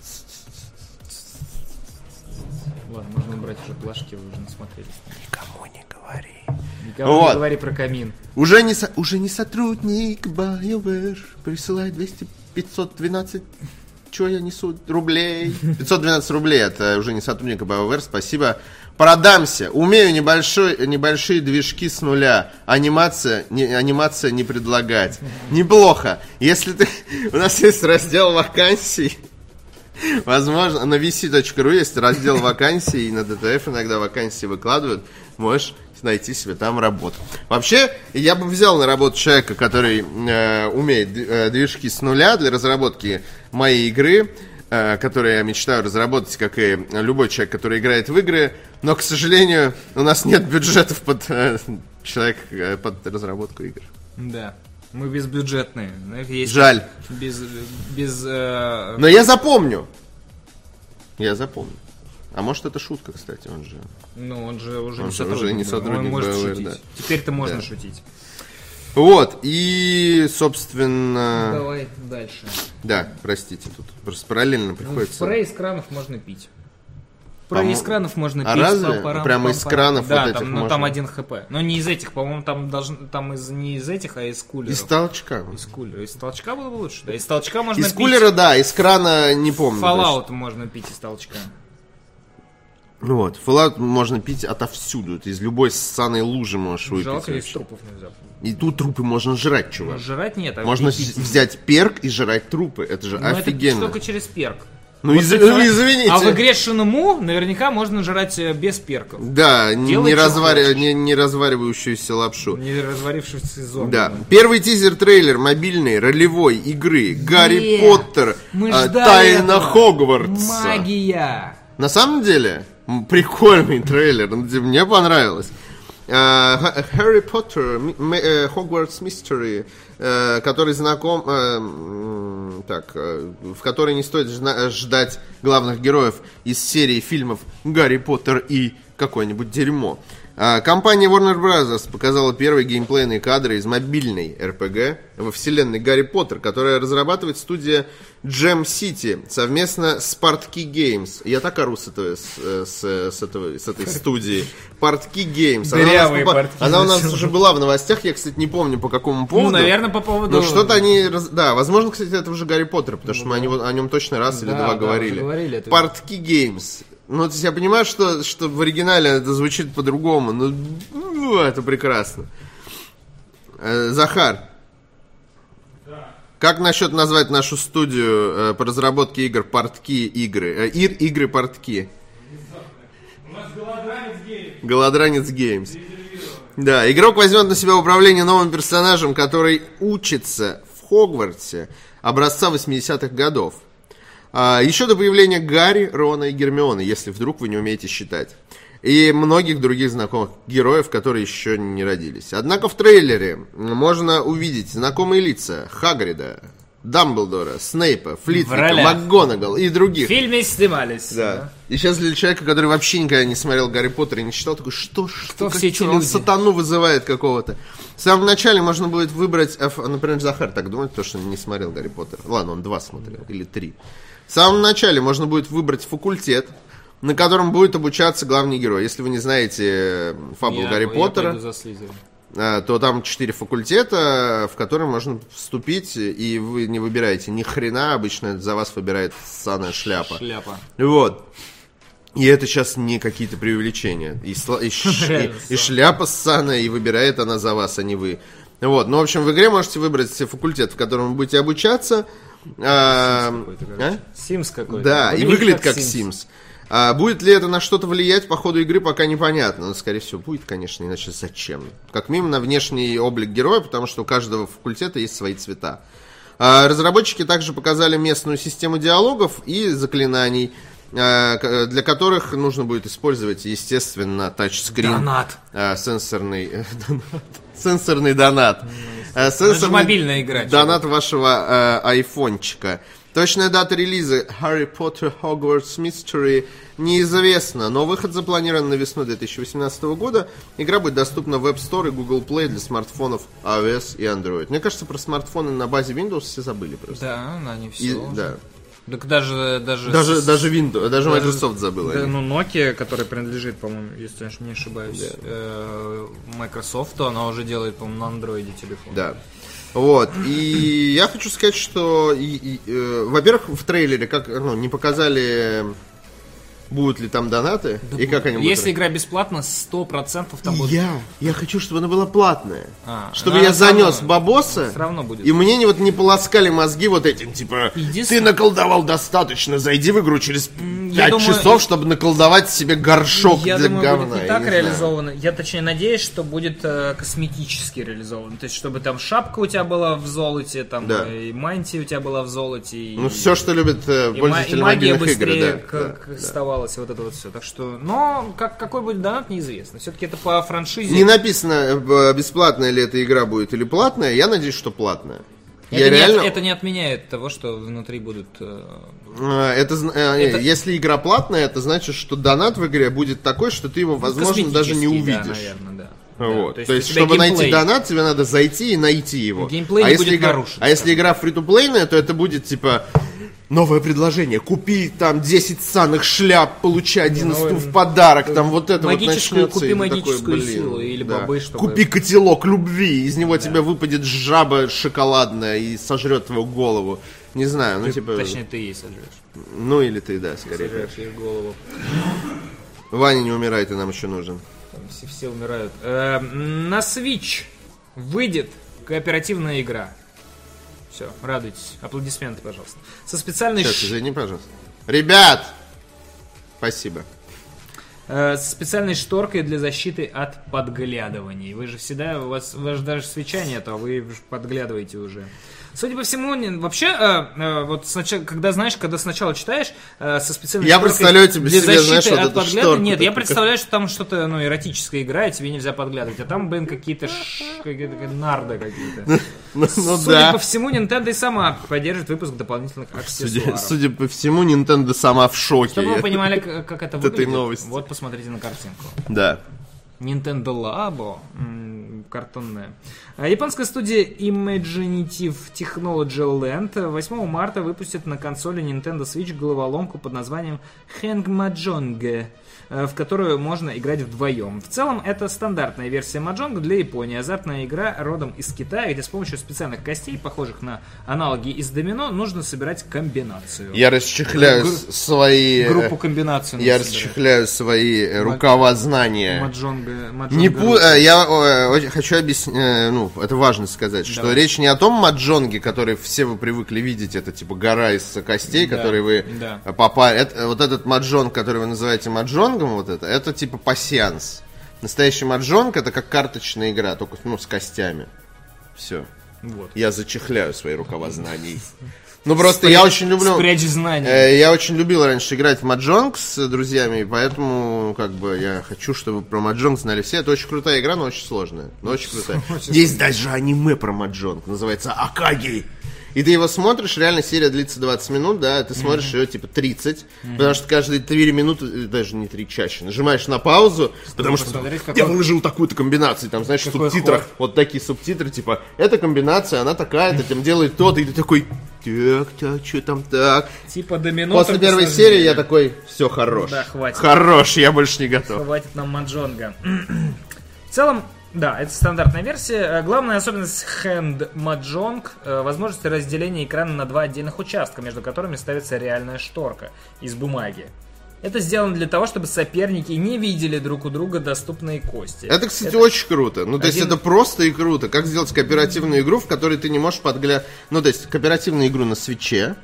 Ладно, можно убрать уже плашки, вы уже насмотрелись. Никому не говори. Никому не говори про камин. Уже не сотрудник BioWare присылает 512... Чего я несу? Рублей. 512 рублей, это уже не сотрудника BioWare, спасибо. Продамся. Умею небольшие движки с нуля. Анимация не предлагать. Неплохо. Если ты... У нас есть раздел вакансий. Возможно, на vc.ru есть раздел вакансий, и на DTF иногда вакансии выкладывают. Можешь найти себе там работу. Вообще, я бы взял на работу человека, который умеет движки с нуля для разработки моей игры, которую я мечтаю разработать, как и любой человек, который играет в игры. Но, к сожалению, у нас нет бюджетов под человека под разработку игр. Да. Мы безбюджетные. Есть жаль. Но я запомню. А может, это шутка, кстати, он же... Ну, он же уже Он не же сотрудник. уже не сотрудник Он может BioWare, шутить. да. Теперь-то можно Да. шутить. Вот, и, собственно... Давай дальше. Да, простите, тут просто параллельно приходится... Спрей из кранов можно пить. Спрей из кранов можно А пить. разве? Пам-парам, Прямо из пам-парам. кранов да, вот этих там, ну, можно? там 1 хп. Но не из этих, по-моему, там не из этих, а из кулеров. Из толчка. Из кулера. Из толчка было бы лучше, да. Из толчка можно Из пить. кулера, да, из крана не помню. Fallout можно пить из толчка. Ну вот, Fallout можно пить отовсюду. Ты из любой ссаной лужи можешь выпить. Жалко, из вообще. трупов нельзя. И тут трупы можно жрать, чувак. Но жрать нет, а Можно пить. взять перк и жрать трупы. Это же Ну, это офигенно. только через перк. Ну, Вот извините. А в игре Шиному наверняка можно жрать без перков. Да, Делай, что хочешь. не разваривающуюся лапшу. Не разварившийся зомби. Да. Первый тизер-трейлер мобильной ролевой игры Гарри Поттер Мы ждали Тайна этого. Хогвартса. Магия! На самом деле, прикольный трейлер, мне понравилось. Harry Potter Hogwarts Mystery, который знаком, в которой не стоит ждать главных героев из серии фильмов Гарри Поттер и какое-нибудь дерьмо. Компания Warner Bros. Показала первые геймплейные кадры из мобильной RPG во вселенной Гарри Поттер, которая разрабатывает студия Gem City совместно с Partki Games. Я так ору с этой студии. Partki Games. Дырявые Partki. Она у нас уже была в новостях, я, кстати, не помню по какому поводу. Ну, наверное, по поводу... Но что-то они... Да, возможно, кстати, это уже Гарри Поттер, потому что мы о нем точно раз или два говорили. говорили. Partki Games. Ну, то есть я понимаю, что в оригинале это звучит по-другому, но это прекрасно. Захар, как насчет назвать нашу студию по разработке игр Partki игры? Игры Partki. У нас Голодранец Games. Да, игрок возьмет на себя управление новым персонажем, который учится в Хогвартсе образца 80-х годов. Еще до появления Гарри, Рона и Гермионы, если вдруг вы не умеете считать. И многих других знакомых героев, которые еще не родились. Однако в трейлере можно увидеть знакомые лица Хагрида, Дамблдора, Снейпа, Флитвика, МакГонагал и других. В фильме снимались. Да. И сейчас для человека, который вообще никогда не смотрел Гарри Поттера и не читал, такой, что все эти он люди? сатану вызывает какого-то. В самом начале можно будет выбрать, например, Захар так думает, потому что он не смотрел Гарри Поттера. Ладно, он 2 смотрел, или 3. В самом начале можно будет выбрать факультет, на котором будет обучаться главный герой. Если вы не знаете фабул Гарри Поттера, то там 4 факультета, в которые можно вступить, и вы не выбираете ни хрена, обычно за вас выбирает ссаная шляпа. Вот. И это сейчас не какие-то преувеличения. И шляпа ссаная, и выбирает она за вас, а не вы. Вот. Ну, в общем, в игре можете выбрать факультет, в котором вы будете обучаться. Sims какой-то. Да, и выглядит как Sims. Будет ли это на что-то влиять по ходу игры, пока непонятно. Но, скорее всего, будет, конечно, иначе зачем? Как минимум на внешний облик героя, потому что у каждого факультета есть свои цвета. Разработчики также показали местную систему диалогов и заклинаний, для которых нужно будет использовать, естественно, тачскрин. Донат. Сенсорный донат. Это же мобильная игра. Донат вашего айфончика. Точная дата релиза Harry Potter Hogwarts Mystery неизвестна, но выход запланирован на весну 2018 года. Игра будет доступна в App Store и Google Play для смартфонов iOS и Android. Мне кажется, про смартфоны на базе Windows все забыли просто. Да, они все. Да. Так даже Windows, даже Microsoft забыл. Да, ну, Nokia, которая принадлежит, по-моему, если я не ошибаюсь, Microsoft, то она уже делает, по-моему, на Android телефон. Да. Вот. И я хочу сказать, что, во-первых, в трейлере не показали, будут ли там донаты, да, и как они будут. Если игра бесплатна, 100% там будет. Я хочу, чтобы она была платная. Чтобы я занес бабоса, все равно будет. И мне не полоскали мозги вот этим, типа, ты наколдовал достаточно, зайди в игру через 5 часов, чтобы наколдовать себе горшок для говна. Будет не так реализовано. Я, точнее, надеюсь, что будет косметически реализовано. То есть, чтобы там шапка у тебя была в золоте, там, да, и мантия у тебя была в золоте. Ну, все, что любят пользователи мобильных игр, да. Оставалось вот это вот все. Так что, но какой будет донат, неизвестно. Все-таки это по франшизе. Не написано, бесплатная ли эта игра будет или платная. Я надеюсь, что платная. Это не отменяет того, что внутри будут... Если игра платная, это значит, что донат в игре будет такой, что ты его, возможно, даже не увидишь. Да, наверное, да. Вот. Да, то есть чтобы найти донат, тебе надо зайти и найти его. Геймплей не будет нарушен. А если игра фри-то-плейная, то это будет типа... Новое предложение. Купи там 10 ссаных шляп, получи 11 в подарок. Там вот это магическую, вот начнется. Купи магическую такой, силу или бобы, чтобы... Купи котелок любви, из него тебе выпадет жаба шоколадная и сожрет твою голову. Не знаю, ну типа... Точнее, ты ей сожрешь. Ну или ты, да, скорее. Сожрешь ей голову. Ваня не умирает, и нам еще нужен. Там все умирают. На Switch выйдет кооперативная игра. Все, радуйтесь. Аплодисменты, пожалуйста. Со специальной... Сейчас, извини, пожалуйста. Ребят! Спасибо. Со специальной шторкой для защиты от подглядываний. Вы же всегда... У вас даже свеча нет, а вы подглядываете уже. Судя по всему, вообще, вот сначала, когда сначала читаешь, со специальной я шторкой представляю тебе для себе, знаешь, защиты вот от подглядывания. шторку. Нет, я представляю, что там что-то, эротическая игра, и тебе нельзя подглядывать. А там, какие-то нарды какие-то. Судя по всему, Nintendo и сама поддержит выпуск дополнительных аксессуаров. Судя по всему, Nintendo сама в шоке. Чтобы вы понимали, как это выглядит, новости. вот посмотрите на картинку. Да. Nintendo Labo, картонная. Японская студия Imaginative Technology Land 8 марта выпустит на консоли Nintendo Switch головоломку под названием Hang Mahjong, в которую можно играть вдвоем. В целом, это стандартная версия Mahjong для Японии. Азартная игра родом из Китая, где с помощью специальных костей, похожих на аналоги из домино, нужно собирать комбинацию. Я расчехляю свои... Группу комбинаций. Я расчехляю свои рукава знания. Маджонга. Я хочу объяснить, это важно сказать, что речь не о том маджонге, который все вы привыкли видеть, это типа гора из костей, которые вы попали. Вот этот маджонг, который вы называете маджонгом, вот это типа пасьянс. Настоящий маджонг это как карточная игра, только с костями. Все. Вот. Я зачехляю свои рукава знаний. Ну просто я очень люблю... Спрячь знания. Я очень любил раньше играть в маджонг с друзьями, поэтому я хочу, чтобы про маджонг знали все. Это очень крутая игра, но очень сложная. Но очень крутая. Есть даже аниме про маджонг, называется Акаги. И ты его смотришь, реально серия длится 20 минут, да, ты смотришь ее типа 30, потому что каждые 3 минуты, даже не 3 чаще, нажимаешь на паузу, потому что я выложил такую-то комбинацию, там, знаешь, в субтитрах, вот такие субтитры, типа, эта комбинация, она такая-то, там делает то-то, и ты такой, так, что там так. Типа домино. После первой серии я такой, все, хорош. Да, хватит. Хорош, я больше не готов. Хватит нам маджонга. В целом, да, это стандартная версия. Главная особенность Hand Mahjong — возможность разделения экрана на 2 отдельных участка, между которыми ставится реальная шторка из бумаги. Это сделано для того, чтобы соперники не видели друг у друга доступные кости. Это, кстати, очень круто. То есть это просто и круто. Как сделать кооперативную игру, в которой ты не можешь подглядывать... то есть кооперативную игру на свитче,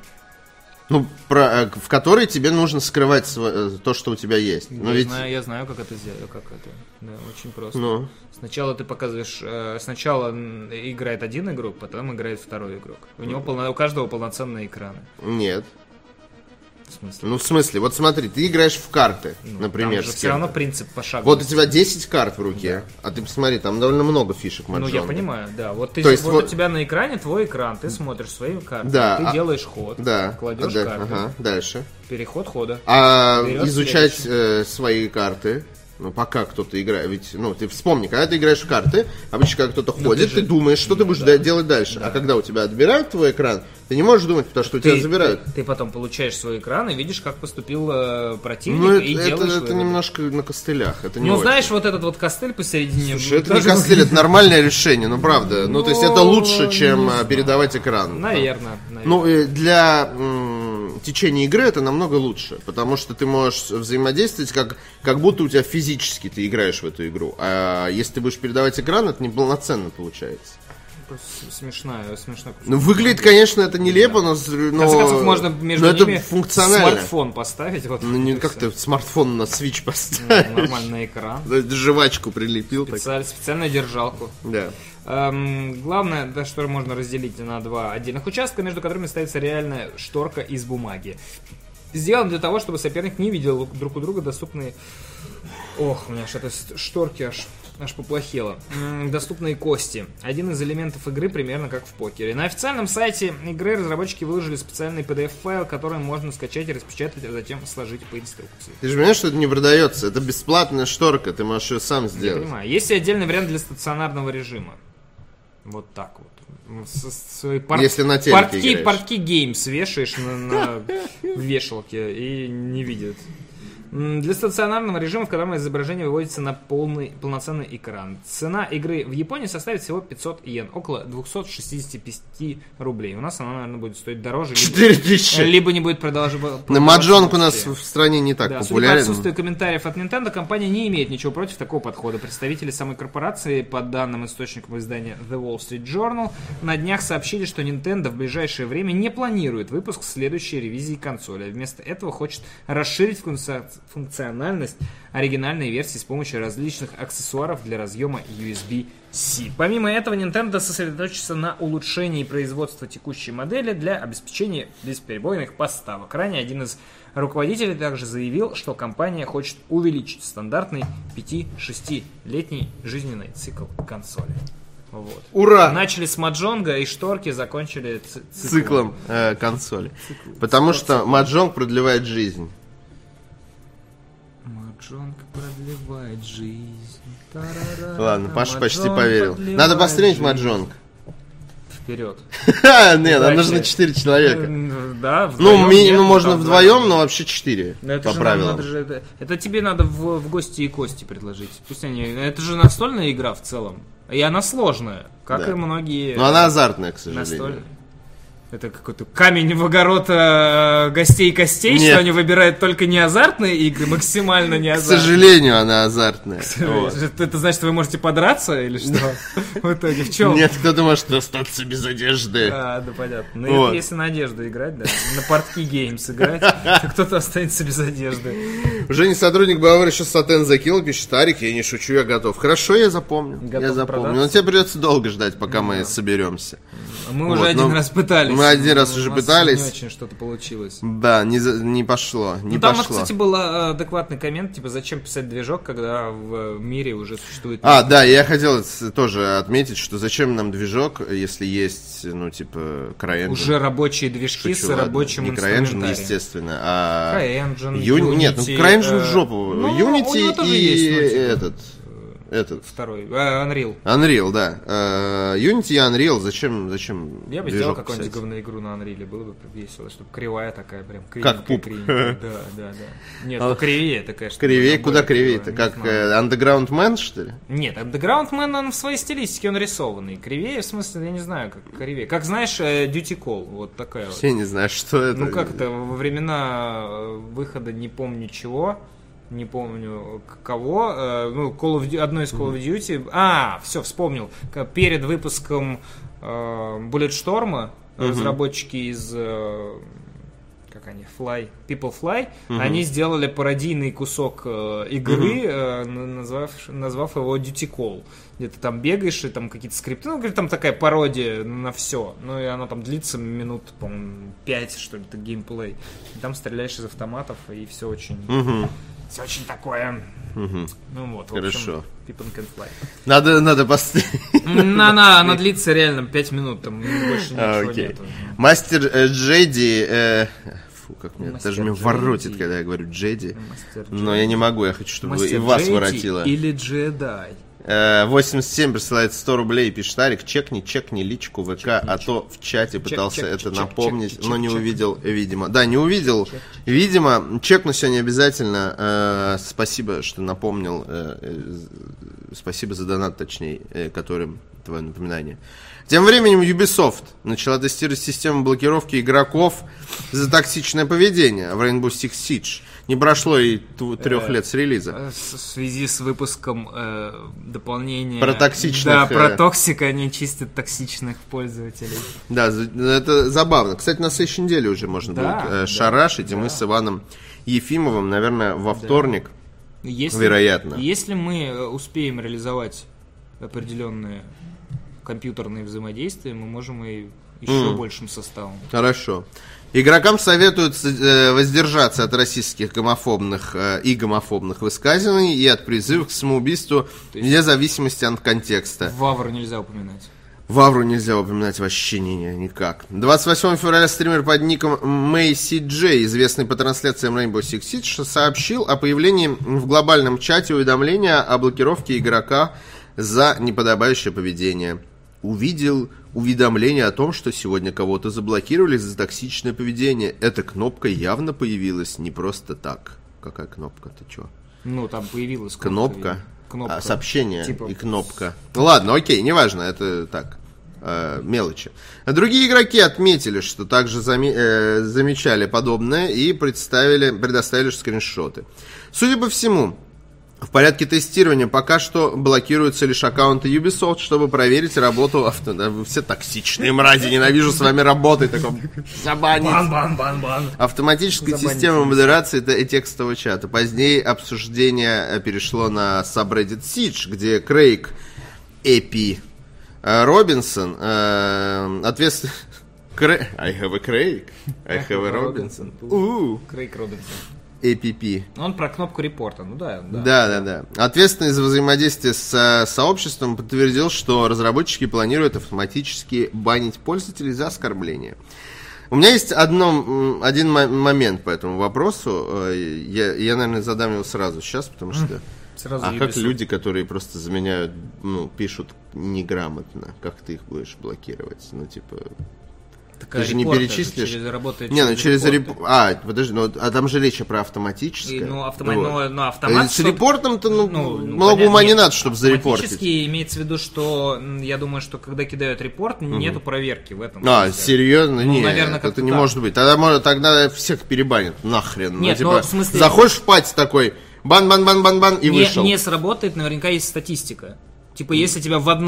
в которой тебе нужно скрывать то, что у тебя есть. Я знаю, как это сделать. Да, очень просто. Сначала ты показываешь... Сначала играет один игрок, потом играет второй игрок. У каждого полноценные экраны. Нет. В смысле? В смысле? Вот смотри, ты играешь в карты, например. Там же все равно принцип пошаговый. Вот у тебя 10 карт в руке, а ты посмотри, там довольно много фишек маджонга. Я понимаю, да. Вот у тебя на экране твой экран, ты смотришь свои карты, ты делаешь ход, кладешь карты. Ага, дальше. Переход хода. Изучать свои карты. Пока кто-то играет, ведь, ты вспомни, когда ты играешь в карты, обычно, когда кто-то ходит, ты думаешь, что ты будешь делать дальше. Да. А когда у тебя отбирают твой экран, ты не можешь думать, потому что у тебя забирают. Ты потом получаешь свой экран и видишь, как поступил противник, и делаешь это немножко на костылях. Это не знаешь, вот этот вот костыль посередине... Слушай, это не костыль, это нормальное решение, правда. То есть это лучше, чем передавать экран. Наверное. Для течения игры это намного лучше, потому что ты можешь взаимодействовать, как будто у тебя физически ты играешь в эту игру. А если ты будешь передавать экран, это неполноценно получается. Смешно. Выглядит, конечно, это нелепо, но... В конце концов, можно между ними смартфон поставить. Как ты смартфон на Switch поставить? Нормальный экран. Жвачку прилепил. Специальную держалку. Да. Главное, что можно разделить на 2 отдельных участка, между которыми ставится реальная шторка из бумаги. Сделан для того, чтобы соперник не видел друг у друга доступные... Ох, у меня что-то шторки аж Аж поплохело. Доступные кости. Один из элементов игры примерно как в покере. На официальном сайте игры разработчики выложили специальный PDF-файл, который можно скачать и распечатать, а затем сложить по инструкции. Ты же понимаешь, что это не продается? Это бесплатная шторка, ты можешь ее сам Я сделать. понимаю. Есть и отдельный вариант для стационарного режима. Вот так вот. Свои Если на телеке играешь. портки Games вешаешь на вешалке и не видят. Для стационарного режима, в котором изображение выводится на полноценный экран. Цена игры в Японии составит всего 500 йен, около 265 рублей. У нас она, наверное, будет стоить дороже. 4000. Либо не будет продолжаться. На маджонг у нас в стране не так Да, судя по популярен. отсутствию комментариев от Nintendo, компания не имеет ничего против такого подхода. Представители самой корпорации, по данным источников издания The Wall Street Journal, на днях сообщили, что Nintendo в ближайшее время не планирует выпуск следующей ревизии консоли, а вместо этого хочет расширить функциональность оригинальной версии с помощью различных аксессуаров для разъема USB-C. Помимо этого, Nintendo сосредоточится на улучшении производства текущей модели для обеспечения бесперебойных поставок. Ранее один из руководителей также заявил, что компания хочет увеличить стандартный 5-6-летний жизненный цикл консоли. Вот. Ура! Начали с маджонга и шторки, закончили Циклом консоли. Потому что маджонг продлевает жизнь. Маджонг продлевает жизнь. Ладно, Паша почти поверил. Надо построить маджонг. Вперед. Нет, нам нужно 4 человека. Да, Ну, минимум можно вдвоем, но вообще 4. По правилам. Это тебе надо в гости и кости предложить. Пусть они. Это же настольная игра в целом. И она сложная, как и многие. Но она азартная, к сожалению. Настольные. Это какой-то камень в огород гостей костей, Нет. что они выбирают только не азартные игры, максимально не К азартные. сожалению, она азартная. Вот. Это значит, вы можете подраться или что? В итоге в чем? Нет, кто-то может остаться без одежды. Да, понятно. Ну, Вот. это если на одежду играть, да. На портки Games играть, то кто-то останется без одежды. Уже не сотрудник BioWare еще сатен закинул, пишет: Тарик, я не шучу, я готов. Хорошо, я запомню. Готов Я запомню. продаться? Но тебе придется долго ждать, пока мы соберемся. Мы Вот, уже один но раз пытались. мы один раз уже У нас пытались. Не очень что-то получилось. Да, не пошло. Не Ну, там, пошло. кстати, был адекватный коммент, типа, зачем писать движок, когда в мире уже существует... Да, я хотел тоже отметить, что зачем нам движок, если есть, ну, типа, CryEngine. Уже рабочие движки Шучу, с ладно. рабочим Не CryEngine, инструментарием. естественно, а... CryEngine, Unity. Нет, ну CryEngine в жопу. ну, у него Unity тоже и есть, ну, типа, этот. Второй. Unreal. Unreal, да. Unity и Unreal, зачем Я бы сделал движок какую-нибудь писать? говноигру на Unreal, было бы весело, чтобы кривая такая, прям Как пуп. кривенькая. Да. Нет, ну кривее это, конечно. Кривее? более Куда кривое, кривее-то? не Как знаю. Underground Man, что ли? Нет, Underground Man, он в своей стилистике, он рисованный. Кривее, в смысле, я не знаю, как кривее. Как, знаешь, Duty Call, вот такая вот. Я не знаю, что это. Ну как это, во времена выхода не помню чего, не помню кого, ну, одной из Call of Duty. Все, вспомнил. Перед выпуском Bulletstorm разработчики из как они, People Fly, они сделали пародийный кусок игры, назвав его Duty Call. Где ты там бегаешь, и там какие-то скрипты, ну, говорит, там такая пародия на все. Ну, и оно там длится минут, по-моему, 5, что ли, это геймплей. И там стреляешь из автоматов, и все очень... Все очень такое... Ну вот, в общем, Хорошо. People Can Fly. Надо поставить. Она длится реально 5 минут, там больше ничего Окей. нету. Мастер Джеди... Фу, как меня, Мастер даже меня Джеди. воротит, когда я говорю Джеди. Мастер Но я не могу, я хочу, чтобы и Мастер вас Джеди воротило. или джедай. 87 присылает 100 рублей, пишет: Тарик, чекни личку ВК, а то в чате пытался это напомнить, но не увидел, видимо. Да, не увидел, видимо. Чекну сегодня обязательно. Спасибо, что напомнил. Спасибо за донат, точнее, которым твое напоминание. Тем временем Ubisoft начала тестировать систему блокировки игроков за токсичное поведение в Rainbow Six Siege. Не прошло и 3 лет с релиза. В связи с выпуском дополнения... Про токсичных... Да, про токсика они чистят токсичных пользователей. Да, это забавно. Кстати, на следующей неделе уже можно будет шарашить, и мы с Иваном Ефимовым, наверное, во вторник, вероятно. Если мы успеем реализовать определенные компьютерные взаимодействия, мы можем и еще большим составом. Хорошо. Игрокам советуют воздержаться от российских гомофобных и гомофобных высказываний и от призывов к самоубийству вне зависимости от контекста. Вавру нельзя упоминать. Вавру нельзя упоминать вообще никак. 28 февраля стример под ником MayCJ, известный по трансляциям Rainbow Six Siege, сообщил о появлении в глобальном чате уведомления о блокировке игрока за неподобающее поведение. Увидел уведомление о том, что сегодня кого-то заблокировали за токсичное поведение. Эта кнопка явно появилась не просто так. Какая кнопка? Ты чё? Ну, там появилась Кнопка. Кнопка. Сообщение Типа. и кнопка. Ладно, окей, неважно, это так, мелочи. А другие игроки отметили, что также замечали подобное и предоставили скриншоты. Судя по всему, в порядке тестирования пока что блокируются лишь аккаунты Ubisoft, чтобы проверить работу Да, вы все токсичные мрази, ненавижу с вами работать. Забанить. Бан. Автоматическая система модерации и текстового чата. Позднее обсуждение перешло на subreddit Siege, где Крейг Эпи Робинсон ответственный... I have a Craig. I have a Robinson. Крейг Робинсон. APP. Он про кнопку репорта, ну да. Да. Ответственный за взаимодействие с сообществом подтвердил, что разработчики планируют автоматически банить пользователей за оскорбление. У меня есть один момент по этому вопросу. Я, наверное, задам его сразу сейчас, потому что... как люди, которые просто заменяют, пишут неграмотно, как ты их будешь блокировать? Ну, типа... Ты же не перечислишь. Через репорт. Подожди, там же речь про автоматическое. Автомат. С репортом-то много ума не надо, чтобы зарепортить. Автоматически имеется в виду, что я думаю, что когда кидают репорт, нету проверки в этом. Серьезно? Нет, наверное, это не может быть. Тогда всех перебанят. Нахрен. Нет, в смысле... Заходишь в пати такой, бан и вышел. Не сработает, наверняка есть статистика. Типа, если тебе в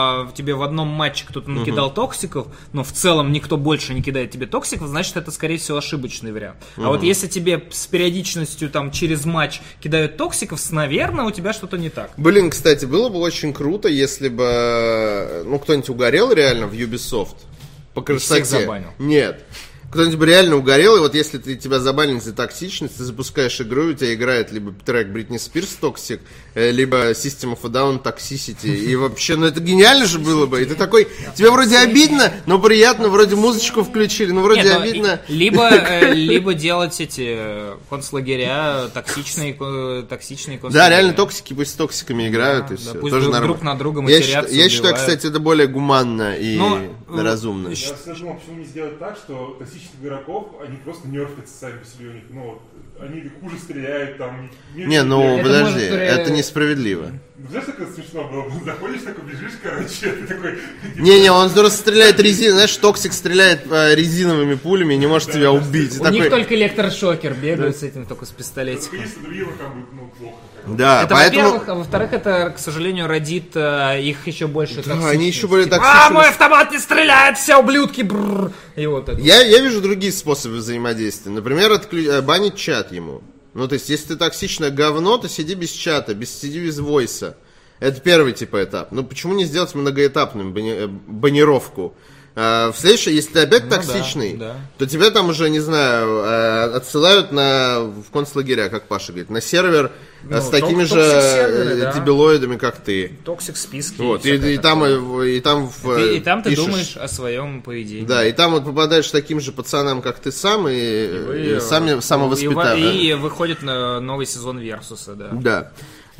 одном матче кто-то накидал токсиков, но в целом никто больше не кидает тебе токсиков, значит, это, скорее всего, ошибочный вариант. А вот если тебе с периодичностью там через матч кидают токсиков, наверное, у тебя что-то не так. Блин, кстати, было бы очень круто, если бы кто-нибудь угорел реально в Ubisoft по красоте. И всех забанил. Нет. Кто-нибудь бы реально угорел, и вот если тебя забанили за токсичность, ты запускаешь игру, и у тебя играет либо трек Бритни Спирс Toxic, либо System of a Down Toxicity, и вообще, это гениально же было бы, и ты такой, тебе вроде обидно, но приятно, вроде музычку включили, но вроде обидно. Либо делать эти концлагеря, токсичные концлагеря. Да, реально токсики пусть с токсиками играют, и все. Пусть тоже друг на друга матерятся, я считаю, кстати, это более гуманно и разумно. Я все думал, почему не сделать так, что токсичных игроков, они просто нерфятся сами по себе у них. Они хуже стреляют там. Подожди, это несправедливо. Знаешь, как это смешно было? Заходишь, такой бежишь, ты такой... Он здорово стреляет резиной. Знаешь, Токсик стреляет резиновыми пулями и не может тебя убить. У них только электрошокер, бегают с этим только с пистолетиком. Если другие, там будет плохо. Да, это, во-первых, а во-вторых, это, к сожалению, родит их еще больше токсичности. Они еще более токсичны. Мой автомат не стреляет, все ублюдки! И вот это. Я вижу другие способы взаимодействия. Например, банить чат ему. То есть, если ты токсичное говно, то сиди без чата, сиди без войса. Это первый этап. Почему не сделать многоэтапную банировку? В следующий, если ты опять токсичный, то тебя там уже, не знаю, отсылают в концлагеря, как Паша говорит, на сервер с такими же дебилоидами, как ты. Токсик списки. И там ты думаешь о своем поведении. Да, и там попадаешь к таким же пацанам, как ты сам, и сами самовоспитаешь. И выходит на новый сезон Версуса, да. Да.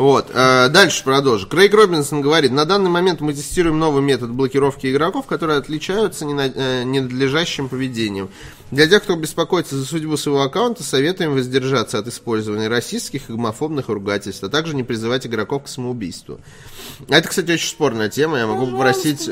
Дальше продолжим. Крейг Робинсон говорит: на данный момент мы тестируем новый метод блокировки игроков, которые отличаются ненадлежащим поведением. Для тех, кто беспокоится за судьбу своего аккаунта, советуем воздержаться от использования расистских и гомофобных ругательств, а также не призывать игроков к самоубийству. Это, кстати, очень спорная тема. Я могу попросить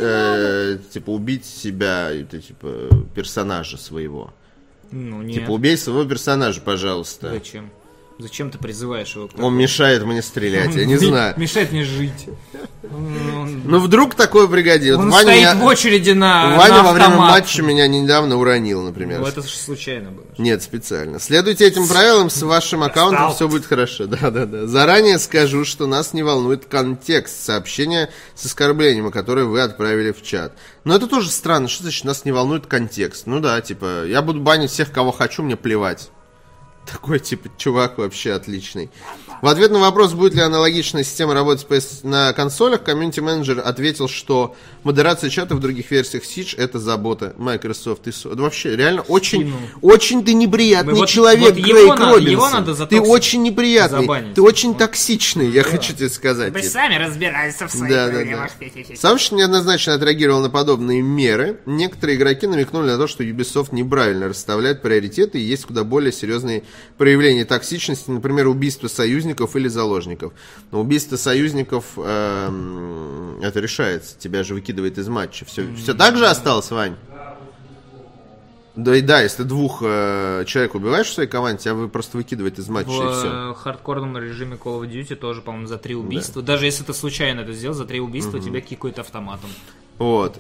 убить себя, персонажа своего. Нет. Убей своего персонажа, пожалуйста. Зачем ты призываешь его? Он мешает мне стрелять, я не знаю. Мешает мне жить. Ну, вдруг такое пригодилось. Он стоит в очереди на Ваня во время автомат. матча меня недавно уронил, например. Ну, это же случайно было. Нет, специально. Следуйте этим правилам, с вашим аккаунтом все будет хорошо. Да. Заранее скажу, что нас не волнует контекст сообщения с оскорблением, которое вы отправили в чат. Но это тоже странно. Что значит нас не волнует контекст? Ну да, типа, я буду банить всех, кого хочу, мне плевать. Такой, типа, чувак вообще отличный. В ответ на вопрос, будет ли аналогичная система работать на консолях, комьюнити-менеджер ответил, что модерация чата в других версиях Siege — это забота Microsoft. Это вообще реально очень ты неприятный человек, Крейг Робинсон. Его надо ты очень неприятный, забанить. Ты очень токсичный, я хочу тебе сказать. Вы сами разбирайтесь в своих проблемах. Сообщество неоднозначно отреагировало на подобные меры. Некоторые игроки намекнули на то, что Ubisoft неправильно расставляет приоритеты, и есть куда более серьезные проявления токсичности, например, убийство союзников или заложников. Но убийство союзников это решается. Тебя же выкидывает из матча. Все так же осталось, Вань? Да, если ты двух человек убиваешь в своей команде, тебя просто выкидывает из матча, и все. В хардкорном режиме Call of Duty тоже, по-моему, за 3 убийства. Да. Даже если ты случайно это сделал, за 3 убийства тебя кикают автоматом. Вот.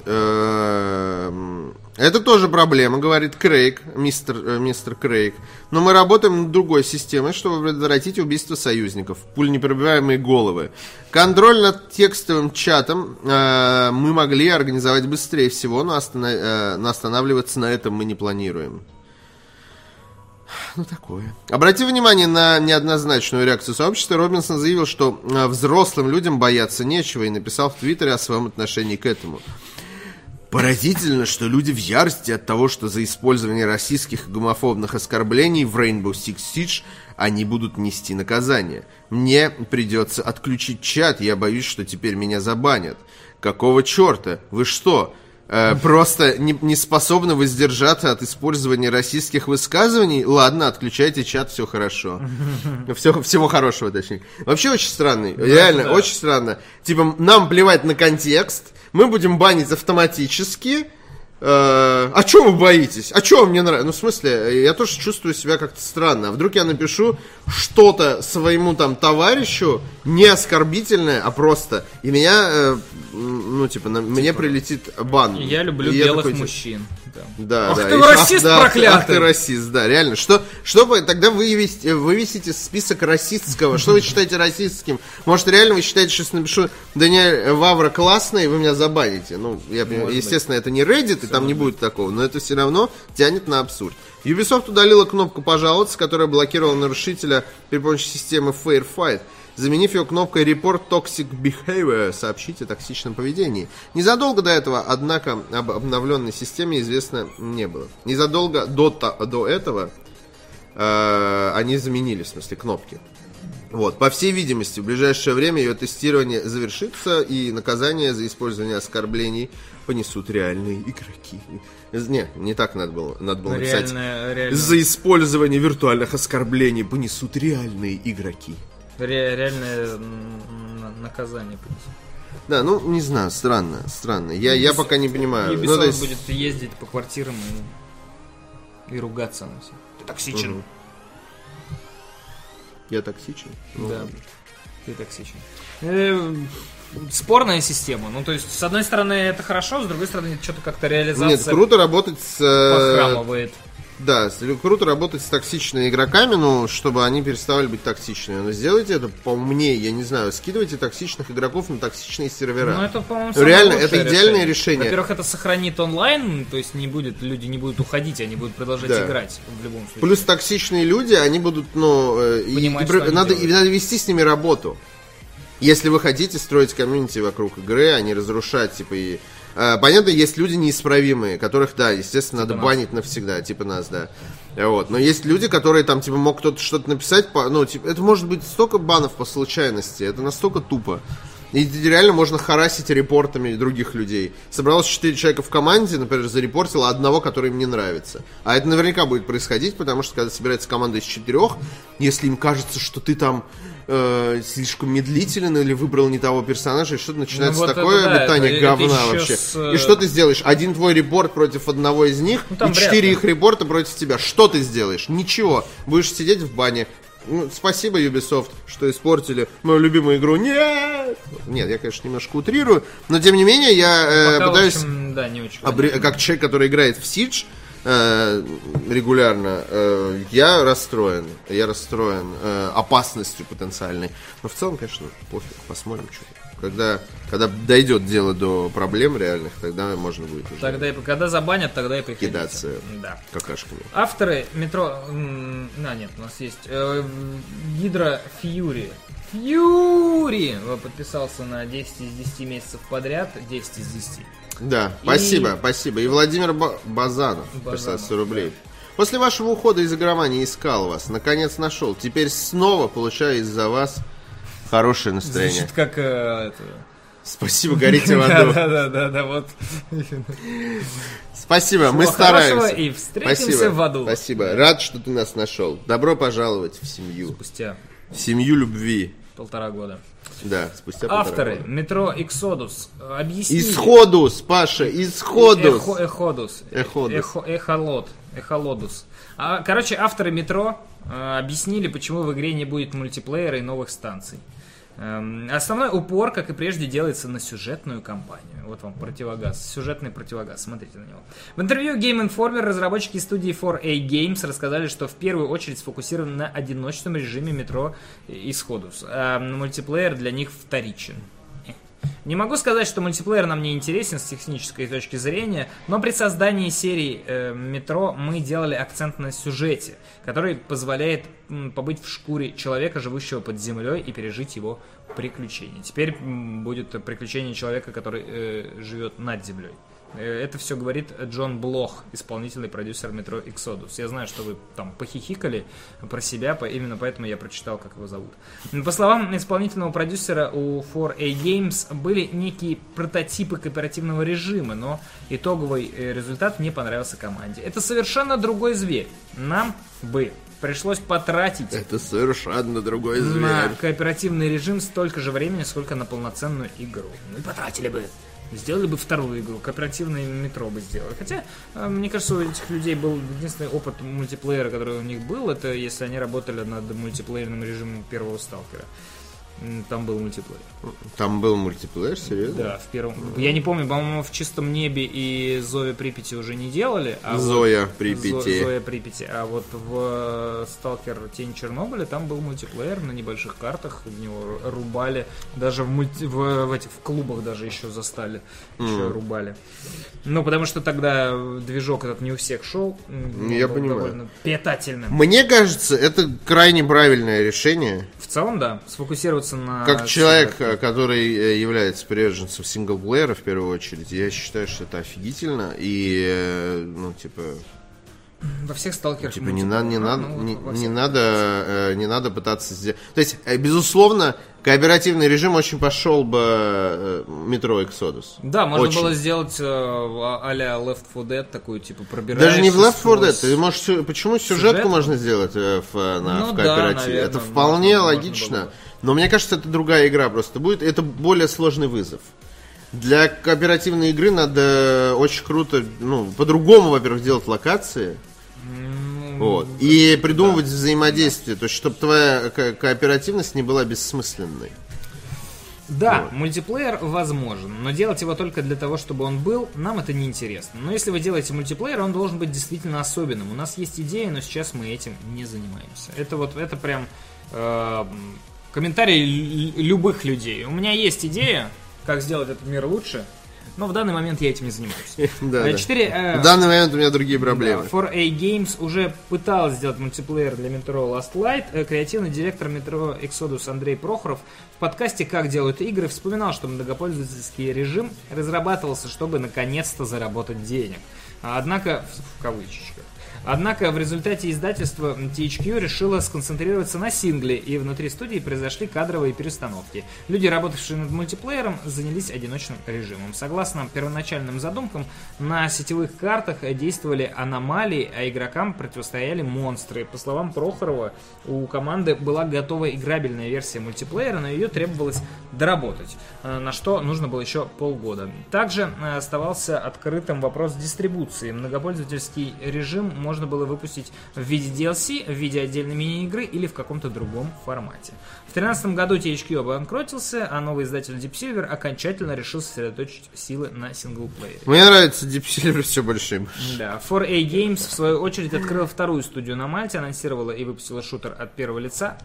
Это тоже проблема, говорит Крейг, мистер Крейг. Но мы работаем над другой системой, чтобы предотвратить убийство союзников. Пуленепробиваемые головы. Контроль над текстовым чатом мы могли организовать быстрее всего, но останавливаться на этом мы не планируем. Ну, такое. Обратив внимание на неоднозначную реакцию сообщества, Робинсон заявил, что взрослым людям бояться нечего, и написал в Твиттере о своем отношении к этому. Поразительно, что люди в ярости от того, что за использование расистских и гомофобных оскорблений в Rainbow Six Siege они будут нести наказание. Мне придется отключить чат, я боюсь, что теперь меня забанят. Какого черта? Вы что? Просто не способны воздержаться от использования российских высказываний? Ладно, отключайте чат, все хорошо. Всего хорошего, точнее. Вообще очень странный, реально, очень странно. Типа, нам плевать на контекст, мы будем банить автоматически. А чего вы боитесь? А чего вам не нравится? Ну, в смысле, я тоже чувствую себя как-то странно. А вдруг я напишу что-то своему там товарищу не оскорбительное, а просто. И меня, мне прилетит бан. Я люблю белых мужчин. Да. Ах ты расист проклятый! Ах ты расист, да, реально. Чтобы тогда вывесите список расистского. Что вы считаете расистским? Может, реально вы считаете, что если напишу Даниэль Вавра классный, вы меня забаните? Ну, естественно, это не Reddit, и там не будет такого, но это все равно тянет на абсурд. Ubisoft удалила кнопку «Пожаловаться», которая блокировала нарушителя при помощи системы Fair Fight, заменив ее кнопкой «Report Toxic Behavior», сообщить о токсичном поведении. Незадолго до этого, однако, об обновленной системе известно не было. Незадолго до этого они заменили, в смысле, кнопки. Вот. По всей видимости, в ближайшее время ее тестирование завершится, и наказание за использование оскорблений понесут реальные игроки. Не так надо было написать. За использование виртуальных оскорблений понесут реальные игроки. Реальное наказание понесут. Да, ну, не знаю, странно. Я пока не понимаю. Ubisoft будет ездить по квартирам и ругаться на всех. Ты токсичен. Я токсичен? Да, ты токсичен. Спорная система. Ну, то есть, с одной стороны, это хорошо, с другой стороны, что-то как-то реализация... Нет, круто работать с... Похрамывает. Да, круто работать с токсичными игроками, ну, чтобы они переставали быть токсичными. Но сделайте это поумнее, я не знаю, скидывайте токсичных игроков на токсичные сервера. Ну, это, по-моему, реально, это идеальное решение. Во-первых, это сохранит онлайн, то есть люди не будут уходить, они будут продолжать играть в любом случае. Плюс токсичные люди, они будут, надо вести с ними работу. Если вы хотите строить комьюнити вокруг игры, а не разрушать, понятно, есть люди неисправимые, которых, да, естественно, надо банить навсегда, типа нас, да. Вот. Но есть люди, которые там, мог кто-то что-то написать, это может быть столько банов по случайности, это настолько тупо. И реально можно харасить репортами других людей. Собралось 4 человека в команде, например, зарепортило одного, который им не нравится. А это наверняка будет происходить, потому что когда собирается команда из 4, если им кажется, что ты там слишком медлителен или выбрал не того персонажа, и что-то начинается такое метание говна вообще. И что ты сделаешь? Один твой репорт против одного из них, и 4 их репорта против тебя. Что ты сделаешь? Ничего. Будешь сидеть в бане. Спасибо, Ubisoft, что испортили мою любимую игру. Нет! Нет, я, конечно, немножко утрирую, но тем не менее я Пока, пытаюсь, в общем, да, не очень как человек, который играет в Siege регулярно, я расстроен опасностью потенциальной. Но в целом, конечно, пофиг, посмотрим, что. Когда дойдет дело до проблем реальных, тогда можно будет уже Тогда, когда забанят, тогда и приходите. кидаться Да. какашками. Авторы метро... нет, у нас есть Гидра Фьюри. Фьюри подписался на 10 из 10 месяцев подряд. 10 из 10. Да, спасибо. И Владимир Базанов прислал 100 рублей. После вашего ухода из игромании искал вас, наконец нашел. Теперь снова получаю из-за вас хорошее настроение. Звучит как... Спасибо, горите в аду. Да, вот. Спасибо, мы Всего стараемся. хорошего и встретимся в аду. Спасибо, рад, что ты нас нашел. Добро пожаловать в семью. Спустя В семью любви. 1,5 года. Да, спустя 1,5 Авторы года. Metro Exodus объяснили... Исходус, Паша, исходус. Эходус. Эхолодус. Короче, авторы Метро объяснили, почему в игре не будет мультиплеера и новых станций. Основной упор, как и прежде, делается на сюжетную кампанию. Вот вам противогаз, сюжетный противогаз, смотрите на него. В интервью Game Informer разработчики студии 4A Games рассказали, что в первую очередь сфокусированы на одиночном режиме Metro Exodus, а мультиплеер для них вторичен. Не могу сказать, что мультиплеер нам не интересен с технической точки зрения, но при создании серии Метро мы делали акцент на сюжете, который позволяет побыть в шкуре человека, живущего под землей, и пережить его приключения. Теперь будет приключение человека, который живет над землей. Это все говорит Джон Блох, исполнительный продюсер Metro Exodus. Я знаю, что вы там похихикали про себя, именно поэтому я прочитал, как его зовут. По словам исполнительного продюсера, у 4A Games были некие прототипы кооперативного режима, но итоговый результат не понравился команде. Это совершенно другой зверь. Нам бы пришлось потратить Это совершенно другой на зверь. кооперативный режим столько же времени, сколько на полноценную игру. Мы потратили бы. Сделали бы вторую игру, кооперативное метро бы сделали. Хотя, мне кажется, у этих людей был единственный опыт мультиплеера, который у них был, это если они работали над мультиплеерным режимом первого Сталкера. Там был мультиплеер. Там был мультиплеер, серьезно? Да, в первом. Я не помню, по-моему, в Чистом небе и Зове Припяти уже не делали. А Зоя вот... Припяти. Зоя Припяти. А вот в Сталкер Тень Чернобыля там был мультиплеер на небольших картах, в него рубали. Даже в клубах даже еще застали. Еще рубали. Ну, потому что тогда движок этот не у всех шел. Я был понимаю. довольно питательным. Мне кажется, это крайне правильное решение. В целом, да. Сфокусироваться на... Как человек, который является приверженцем синглплеера, в первую очередь, я считаю, что это офигительно. И, ну, типа... Во всех сталкерах Типа не надо пытаться сделать... То есть, безусловно, кооперативный режим очень пошел бы Metro Exodus. Да, можно Очень. было сделать а-ля Left 4 Dead, такую, типа, пробираешься. Даже не в Left 4 Dead. сквозь- Ты можешь, почему сюжетку можно сделать в Ну да, кооперативе? наверное, Это вполне можно логично. было. Но мне кажется, это другая игра просто будет. Это более сложный вызов. Для кооперативной игры надо очень круто, ну, по-другому, во-первых, делать локации. Вот. И придумывать взаимодействие, то есть, чтобы твоя кооперативность не была бессмысленной. Да, Вот. мультиплеер возможен, но делать его только для того, чтобы он был, нам это не интересно. Но если вы делаете мультиплеер, он должен быть действительно особенным. У нас есть идея, но сейчас мы этим не занимаемся. Это прям комментарий любых людей. У меня есть идея, как сделать этот мир лучше, но в данный момент я этим не занимаюсь. Да. В В данный момент у меня другие проблемы. 4A Games уже пыталась сделать мультиплеер для Metro Last Light. Креативный директор Metro Exodus Андрей Прохоров в подкасте «Как делают игры» вспоминал, что многопользовательский режим разрабатывался, чтобы наконец-то заработать денег. Однако, в кавычках, однако в результате издательство THQ решило сконцентрироваться на сингле, и внутри студии произошли кадровые перестановки. Люди, работавшие над мультиплеером, занялись одиночным режимом. Согласно первоначальным задумкам, на сетевых картах действовали аномалии, а игрокам противостояли монстры. По словам Прохорова, у команды была готова играбельная версия мультиплеера, но ее требовалось доработать, на что нужно было еще полгода. Также оставался открытым вопрос дистрибуции. Многопользовательский режим может можно было выпустить в виде DLC, в виде отдельной мини-игры или в каком-то другом формате. В 2013 году THQ обанкротился, а новый издатель Deep Silver окончательно решил сосредоточить силы на синглплеере. Мне нравится Deep Silver все больше и больше. Да, 4A Games, в свою очередь, открыла вторую студию на Мальте, анонсировала и выпустила шутер от первого лица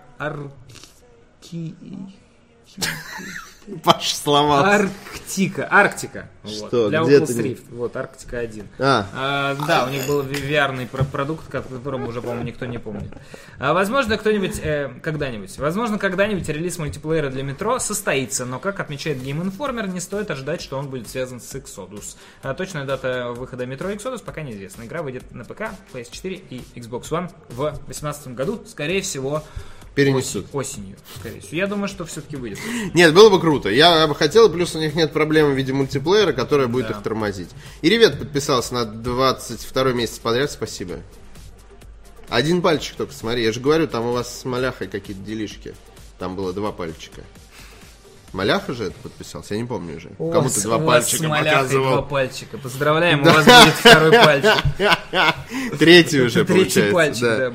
Паш сломался. Арктика. Что? Вот. Для Где Oculus ты? Rift. Вот, Арктика 1. А. Да, у них был VR-ный продукт, которому уже, по-моему, никто не помнит. Возможно, когда-нибудь релиз мультиплеера для Metro состоится, но, как отмечает Game Informer, не стоит ожидать, что он будет связан с Exodus. Точная дата выхода Metro Exodus пока неизвестна. Игра выйдет на ПК, PS4 и Xbox One в 2018 году, скорее всего, перенесут. Осенью, скорее всего. Я думаю, что все-таки выйдет. Нет, было бы круто. Я бы хотел, плюс у них нет проблемы в виде мультиплеера, которая будет их тормозить. И Ревет подписался на 22 месяц подряд, спасибо. Один пальчик только, смотри. Я же говорю, там у вас с Маляхой какие-то делишки. Там было 2 пальчика. Маляха же это подписался? Я не помню уже. Кому-то 2 пальчика показывал. 2 пальчика. Поздравляем, у вас будет второй пальчик. Третий уже, получается. Третий пальчик, да,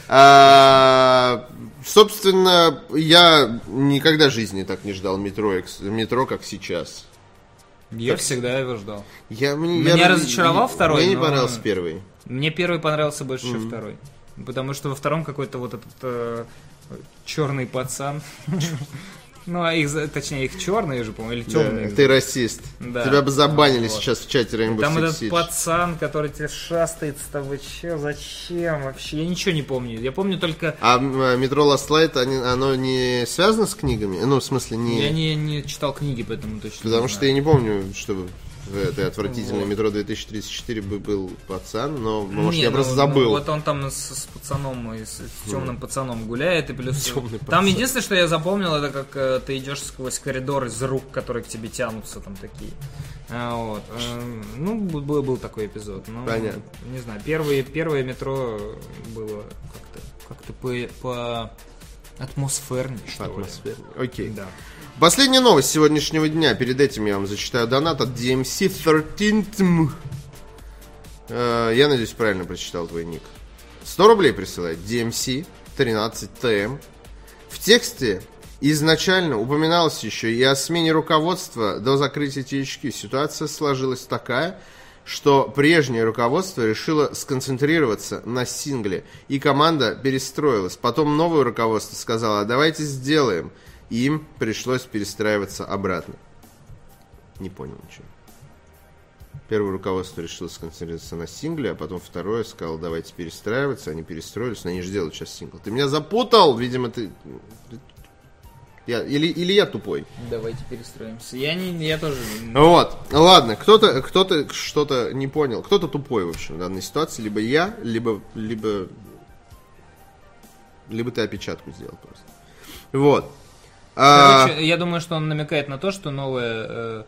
будет. Собственно, я никогда в жизни так не ждал метро, как сейчас. Я всегда его ждал. Меня разочаровал второй. Мне не понравился первый. Мне первый понравился больше, чем второй. Потому что во втором какой-то вот этот черный пацан. Ну, их черные же, по-моему, или темные. Да, ты расист. Да. Тебя бы забанили сейчас в чате Rainbow Six Siege. Там этот пацан, который тебе шастает с тобой. Зачем вообще? Я ничего не помню. Я помню только... А Metro Last Light, оно не связано с книгами? Ну, в смысле, не... Я не читал книги, поэтому точно Потому что я не помню, чтобы в этой отвратительной Метро 2034 был пацан, но, может, я просто забыл. Вот он там с пацаном, с темным пацаном гуляет, и плюс... Там единственное, что я запомнил, это как ты идешь сквозь коридор из рук, которые к тебе тянутся, там такие. Вот. Ну, был такой эпизод. Но, понятно. Не знаю, первое Метро было как-то по атмосфернее, что ли. Окей. Да. Последняя новость сегодняшнего дня. Перед этим я вам зачитаю донат от DMC 13. Я надеюсь, правильно прочитал твой ник. 100 рублей присылает DMC 13TM. В тексте изначально упоминалось еще и о смене руководства до закрытия THQ. Ситуация сложилась такая, что прежнее руководство решило сконцентрироваться на сингле, и команда перестроилась. Потом новое руководство сказало: давайте сделаем. И им пришлось перестраиваться обратно. Не понял ничего. Первое руководство решило сконцентрироваться на сингле, а потом второе сказало: давайте перестраиваться. Они перестроились, но они же делают сейчас сингл. Ты меня запутал, видимо, ты... Или я тупой? Давайте перестроимся. Я тоже... Вот, ладно, кто-то что-то не понял. Кто-то тупой, в общем, в данной ситуации. Либо я, либо ты опечатку сделал просто. Вот. Короче, я думаю, что он намекает на то, что новое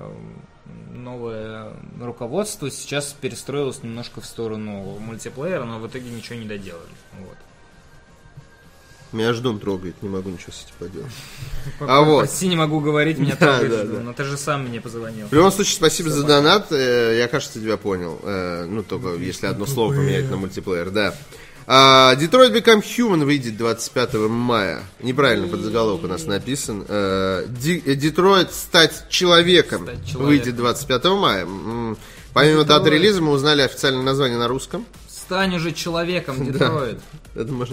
руководство сейчас перестроилось немножко в сторону мультиплеера, но в итоге ничего не доделали. Вот. Меня аж дом трогает, не могу ничего с этим поделать. Почти не могу говорить, меня трогает, но ты же сам мне позвонил. В любом случае, спасибо за донат, я, кажется, тебя понял. Ну, только если одно слово поменять на мультиплеер, да. Detroit Become Human выйдет 25 мая. Неправильно подзаголовок у нас написан. Детройт Стать человеком выйдет 25 мая. Помимо даты релиза мы узнали официальное название на русском. Стань уже человеком, Детройт. Это можно...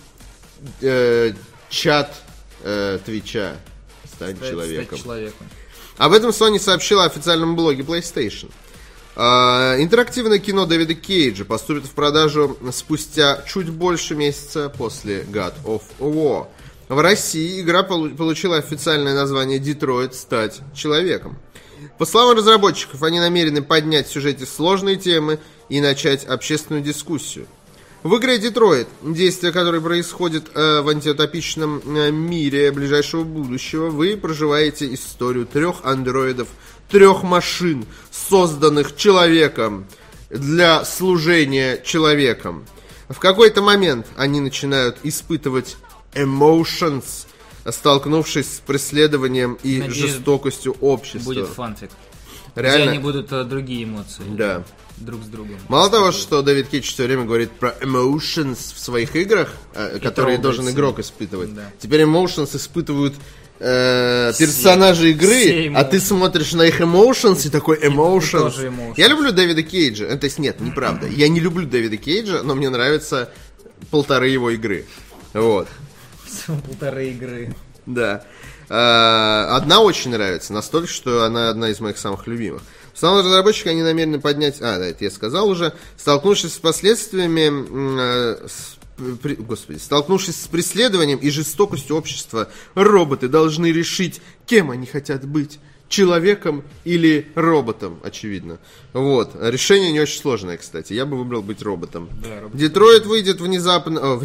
Чат Твича. Стань человеком. Об этом Sony сообщила в официальном блоге PlayStation. Интерактивное кино Дэвида Кейджа поступит в продажу спустя чуть больше месяца после God of War. В России игра получила официальное название «Детройт. Стать человеком». По словам разработчиков, они намерены поднять в сюжете сложные темы и начать общественную дискуссию. В игре «Детройт», действие которой происходит в антиутопичном мире ближайшего будущего, вы проживаете историю 3 андроидов, 3 машин, созданных человеком для служения человеком. В какой-то момент они начинают испытывать emotions, столкнувшись с преследованием и жестокостью общества. Будет фанфик. Где реально... они будут другие эмоции. Да. Друг с другом. Мало того, что Дэвид Кейдж все время говорит про emotions в своих играх, которые должен игрок испытывать. Да. Теперь emotions испытывают персонажи игры, а ты смотришь на их emotions и такой emotions. Я люблю Дэвида Кейджа. То есть нет, неправда. Я не люблю Дэвида Кейджа, но мне нравится 1,5 его игры. Вот. 1,5 игры. Да. Одна очень нравится, настолько, что она одна из моих самых любимых. В основном разработчики они намерены поднять... да, это я сказал уже. Столкнувшись с последствиями... столкнувшись с преследованием и жестокостью общества, роботы должны решить, кем они хотят быть. Человеком или роботом, очевидно. Вот. Решение не очень сложное, кстати. Я бы выбрал быть роботом. Да, Детройт выйдет внезапно...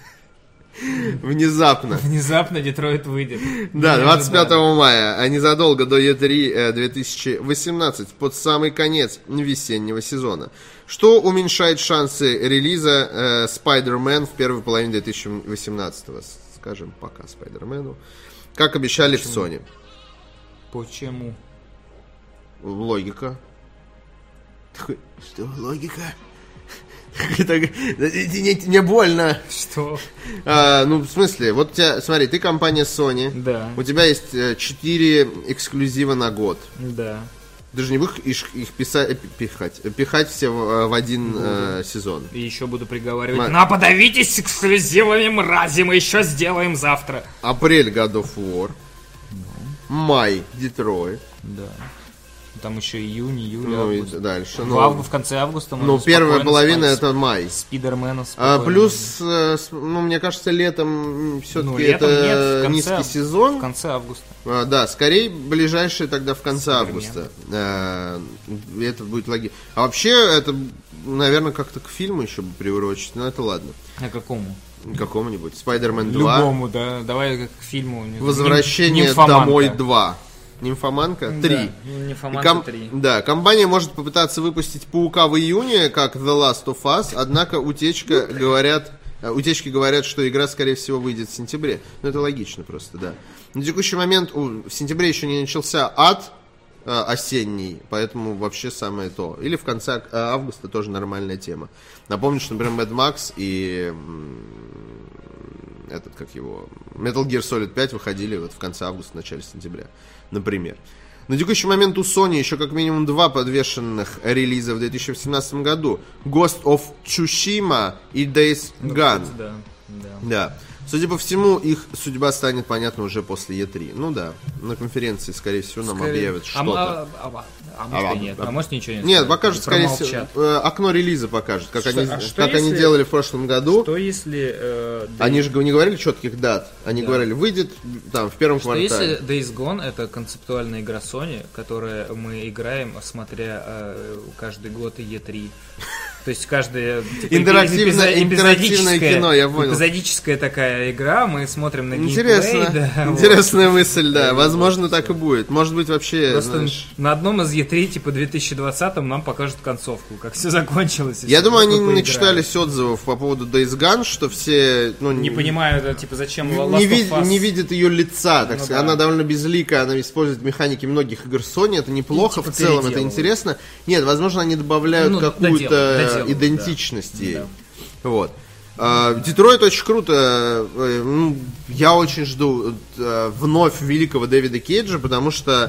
Внезапно Детройт выйдет. Да, 25 мая, а незадолго до E3 2018, под самый конец весеннего сезона. Что уменьшает шансы релиза Spider-Man в первой половине 2018. Скажем пока Spider-Man. Как обещали в Sony. Почему? Логика. Что логика? Мне больно. Что? Ну, в смысле, вот у тебя, смотри, ты компания Sony. Да. У тебя есть 4 эксклюзива на год. Да. Ты же не будешь их пихать все в один сезон. И еще буду приговаривать: подавитесь эксклюзивами, мрази, мы еще сделаем завтра. Апрель God of War. Май Детройт. Да. Там еще июнь, июль, ну август. И дальше. В конце августа можно первая половина это май. Спидермена плюс, мне кажется, летом все-таки это низкий сезон. В конце августа. Да, скорее ближайшие тогда в конце августа. Это будет логично. А вообще, это, наверное, как-то к фильму еще бы приурочить, но это ладно. А какому? Какому-нибудь. Spider-Man 2. Любому, да. Давай как к фильму. Возвращение домой 2. Нимфоманка 3. Да, Нимфоманка 3. Да, компания может попытаться выпустить Паука в июне, как The Last of Us, однако утечки говорят, что игра, скорее всего, выйдет в сентябре. Ну, это логично просто, да. На текущий момент в сентябре еще не начался ад осенний, поэтому вообще самое то. Или в конце августа тоже нормальная тема. Напомню, что, например, Mad Max и Metal Gear Solid 5 выходили вот в конце августа, в начале сентября, например. На текущий момент у Sony еще как минимум 2 подвешенных релиза в 2018 году. Ghost of Tsushima и Days Gone. Да. Судя по всему, их судьба станет понятна уже после E3. Ну да, на конференции, скорее всего, нам объявят что-то. Может и нет, может ничего нет. Нет, покажут, скорее всего, окно релиза покажут, как они делали в прошлом году. Что если... Они же не говорили четких дат, они говорили, выйдет там в первом квартале. Что если Days Gone это концептуальная игра Sony, которую мы играем, смотря каждый год E3. То есть каждое интерактивное кино, я понял. Эпизодическая такая игра, мы смотрим на геймплей. Интересная мысль, да. Возможно, так и будет. Может быть, вообще, просто на одном из E3, типа 2020-м, нам покажут концовку, как все закончилось. Я думаю, они начитались отзывов по поводу Days Gone, что все... не понимают, типа, зачем Last of Us. Не видят ее лица, так сказать. Она довольно безликая, она использует механики многих игр Sony, это неплохо, в целом это интересно. Нет, возможно, они добавляют какую-то идентичность ей. Вот. Детройт очень круто. Я очень жду вновь великого Дэвида Кейджа, потому что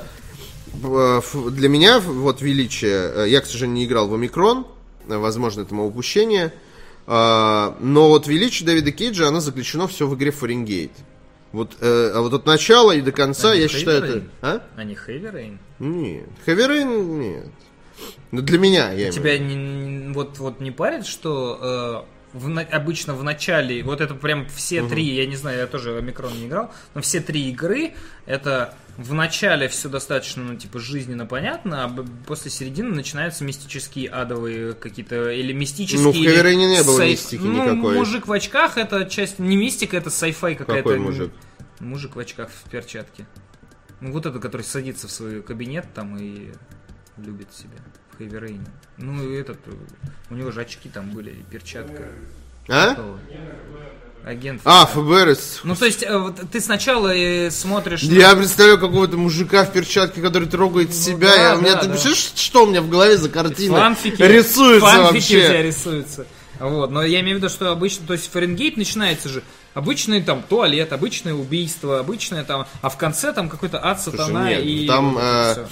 для меня вот величие... Я, к сожалению, не играл в Омикрон, возможно, это мое упущение, но вот величие Дэвида Кейджа, оно заключено все в игре Фаренгейт. Вот от начала и до конца, я считаю, это... А не Heavy Rain? Нет. Heavy Rain нет. Ну, для меня, я тебя вот не парит, что обычно в начале, вот это прям все три, я не знаю, я тоже Омикрон не играл, но все 3 игры, это в начале все достаточно, типа, жизненно понятно, а после середины начинаются мистические адовые какие-то, или мистические... Ну, в Heavy Rain не было мистики никакой. Мужик в очках, это часть, не мистика, это sci-fi какая-то. Какой мужик? Мужик в очках, в перчатке. Ну, вот этот, который садится в свой кабинет там и... любит себя в Heavy Rain. Ну и у него же очки там были, и перчатка. Агент ФБР. Ну, то есть, вот, ты сначала смотришь... Я представляю какого-то мужика в перчатке, который трогает себя. Да, Ты представляешь, что у меня в голове за картина фанфики рисуется у вообще? тебя рисуются. Вот. Но я имею в виду, что обычно... То есть, Фаренгейт начинается же... Обычный там туалет, обычное убийство, обычное там... А в конце там какой-то ад, сатана. Слушай, нет, и... там вот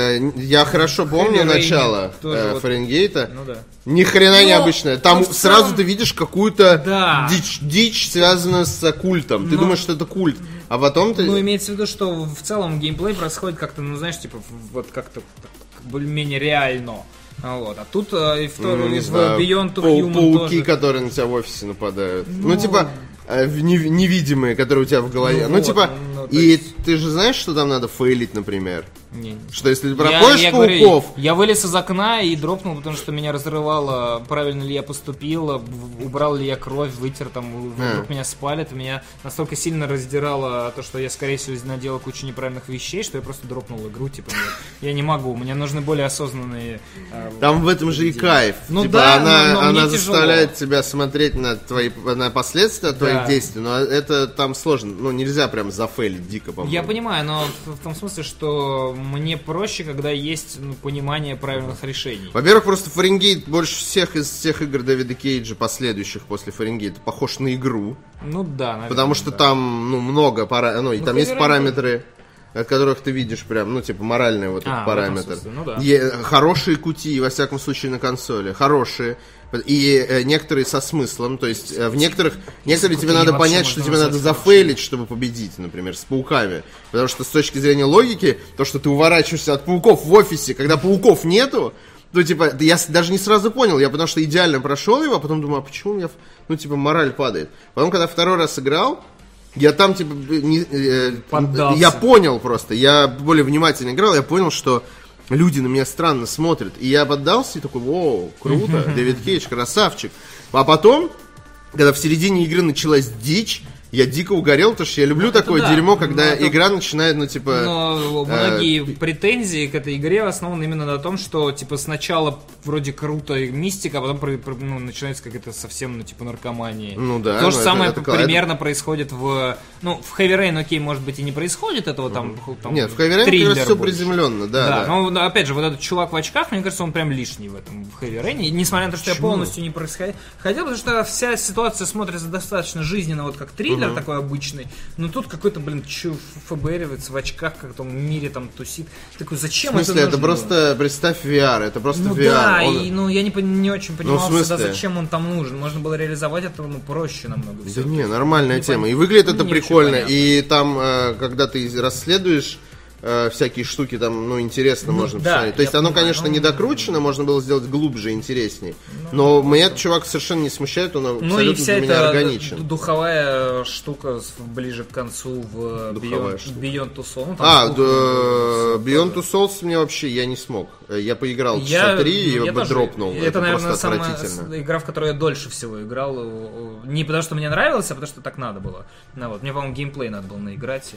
я хорошо помню Хэви начало тоже вот. Фаренгейта. Ну да. Ни хрена необычное. Там в сразу целом- ты видишь какую-то Да. дичь, связанную с культом. Ты Но- думаешь, что это культ. А потом ты... Ну, имеется в виду, что в целом геймплей происходит как-то, ну, знаешь, типа, вот как-то более-менее реально. Вот. А тут и в не в знаю, Beyond to Human пауки, тоже. которые на тебя в офисе нападают. Ну, типа, невидимые, которые у тебя в голове. Ну Ну, вот, типа, ну, то и есть- ты же знаешь, что там надо фейлить, например? Не. Что если ты проходишь Я пауков... говорю, я вылез из окна и дропнул, потому что меня разрывало, правильно ли я поступил, убрал ли я кровь, вытер там, вдруг меня спалят. Меня настолько сильно раздирало то, что я, скорее всего, наделал кучу неправильных вещей, что я просто дропнул игру, типа, нет, я не могу, мне нужны более осознанные... Там в этом же и кайф. Ну типа, да, но она мне заставляет тебя смотреть на на последствия твоих Да. действий, но это там сложно. Ну, нельзя прям зафейлить дико, по-моему. Я понимаю, но в том смысле, что мне проще, когда есть понимание правильных решений. Во-первых, просто Фаренгейт больше всех из всех игр Дэвида Кейджа, последующих после Фаренгейта, похож на игру. Ну да, наверное. Потому что да. там, много и там есть Heavy Rain параметры, от которых ты видишь прям, типа, моральный вот этот в параметр. этом смысле, ну да. Хорошие QTE, во всяком случае, на консоли. Хорошие. И некоторые со смыслом. То есть, в некоторых тебе надо вообще понять, что можно тебе надо назвать зафейлить, чтобы победить, например, с пауками. Потому что с точки зрения логики, то, что ты уворачиваешься от пауков в офисе, когда пауков нету, то, типа, я даже не сразу понял, потому что идеально прошел его, а потом думаю, а почему у меня, мораль падает? Потом, когда второй раз играл, я там, типа, Поддался. я понял просто, я более внимательно играл, я понял, что люди на меня странно смотрят. И я поддался и такой, воу, круто, Дэвид Кейдж, красавчик. А потом, когда в середине игры началась дичь, я дико угорел, потому что я люблю такое да. дерьмо, когда Это- игра начинает, Но многие претензии к этой игре основаны именно на том, что типа сначала вроде круто мистика, а потом начинается какая-то совсем наркомания. Ну да, То же ну самое это примерно происходит в Heavy Rain, окей, может быть и не происходит этого там Нет, в Heavy Rain триллер как раз все больше. приземленно, да. Но опять же, вот этот чувак в очках, мне кажется, он прям лишний в этом в Heavy Rain. И несмотря на то, что я полностью не происходил, потому что вся ситуация смотрится достаточно жизненно, вот как триллер такой обычный. Но тут какой-то, ФБРовец в очках в каком-то мире там тусит. Такой, зачем В смысле, это нужно просто, представь VR, это просто VR. Да, Он- и я не очень понимал в смысле? всегда, зачем он там нужен. Можно было реализовать это проще намного. Да всё. не, нормальная Не тема. пон- И выглядит это не очень прикольно. понятно. И там, когда ты расследуешь всякие штуки, там, интересно можно да, посмотреть. То есть я оно, понимаю, конечно, ну- не докручено, можно было сделать глубже и интереснее. Но меня этот чувак совершенно не смущает, он Ну и абсолютно вся для меня эта органичен. духовая штука ближе к концу в Духовая Beyond, штука. Beyond Two Souls. Ну, там Beyond Two Souls мне вообще, я не смог. Я поиграл часа 3 и я бы тоже. дропнул. Это, наверное, просто самая отвратительно. игра, в которой я дольше всего играл. Не потому, что мне нравилось, а потому, что так надо было. Мне, по-моему, геймплей надо было наиграть.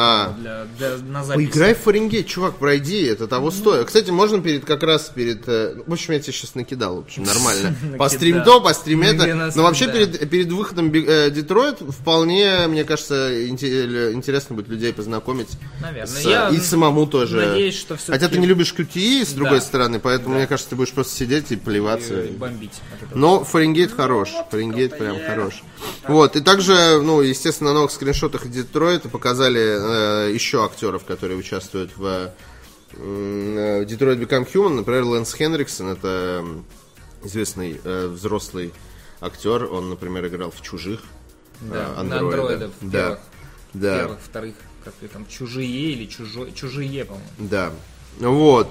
На запись. Поиграй в Фаренгейт, чувак, пройди, это того стоит. Кстати, можно как раз перед... В общем, я тебе сейчас накидал, в общем, нормально. Пострим то, пострим это. Но вообще перед выходом Детройт вполне, мне кажется, интересно будет людей познакомить. Наверное. И самому тоже. Надеюсь, что все. Хотя ты не любишь QTE, с другой Да. стороны, поэтому, мне кажется, ты будешь просто сидеть и плеваться. бомбить. от этого. Но Фаренгейт хорош. Фаренгейт прям хорош. Вот, и также, естественно, на новых скриншотах Детройта показали еще актеров, которые участвуют в Detroit Become Human. Например, Лэнс Хенриксон, это известный взрослый актер. Он, например, играл в «Чужих». Да, на андроида. андроидов. Да. Да. Первых, вторых, как там, чужие или чужие, по-моему. Да. Вот.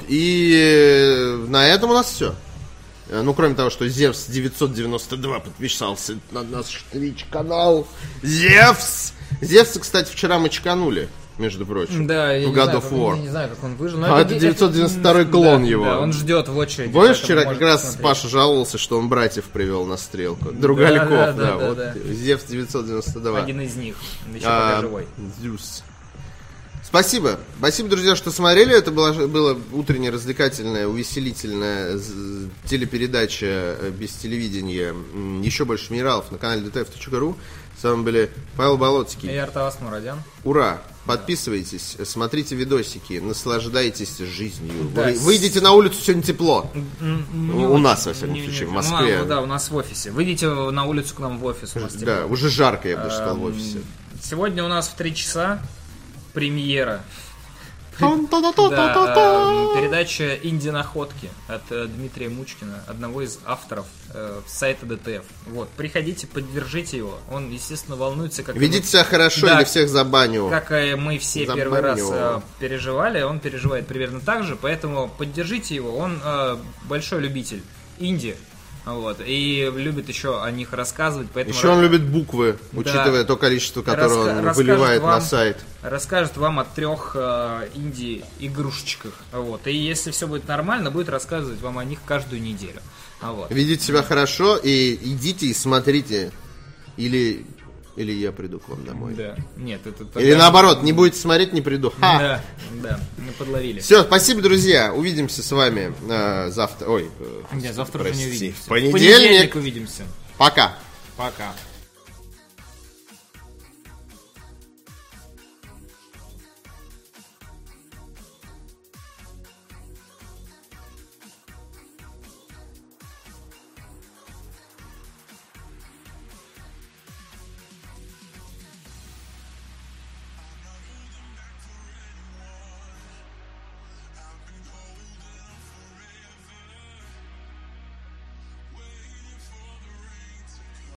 И на этом у нас все. Кроме того, что Зевс 992 подписался на наш Twitch-канал. Зевс! Зевса, кстати, вчера мы чеканули, между прочим. Да, я в не God знаю, of War. я не знаю, как он выжил. А это 992-й клон его. Да, он ждет в очереди. Помнишь, поэтому вчера как может раз посмотреть. Паша жаловался, что он братьев привел на стрелку. Другальков, да, вот. Зевс 992. Один из них, еще пока живой. Зюс. Спасибо. Спасибо, друзья, что смотрели. Это была утренняя развлекательная, увеселительная телепередача без телевидения «Еще больше минералов» на канале dtf.ru. С вами были Павел Болоцкий И Артавас Мурадян. Ура! Подписывайтесь, смотрите видосики, наслаждайтесь жизнью. Да. Выйдите на улицу, сегодня тепло. У нас, во всяком случае, в Москве. Да, у нас в офисе. Выйдите на улицу к нам в офис. У нас тепло. Да, уже жарко, я бы сказал, в офисе. Сегодня у нас в 3 часа премьера. Передача «Инди-находки» от Дмитрия Мучкина, одного из авторов сайта ДТФ. Вот, приходите, поддержите его. Он, естественно, волнуется, как ведите себя хорошо, или всех забаню. Как и мы все первый раз переживали, он переживает примерно так же, поэтому поддержите его. Он большой любитель инди. Вот, и любит еще о них рассказывать. Поэтому еще он любит буквы, учитывая то количество, которое он выливает на сайт. Расскажет вам о 3 инди-игрушечках. Вот. И если все будет нормально, будет рассказывать вам о них каждую неделю. Вот. Ведите себя хорошо и идите и смотрите. Или я приду к вам домой. Да. Нет, это или наоборот, не будете смотреть, не приду. Да, мы подловили. Все, спасибо, друзья. Увидимся с вами завтра. Нет, завтра уже не увидимся. В понедельник увидимся. Пока. Пока.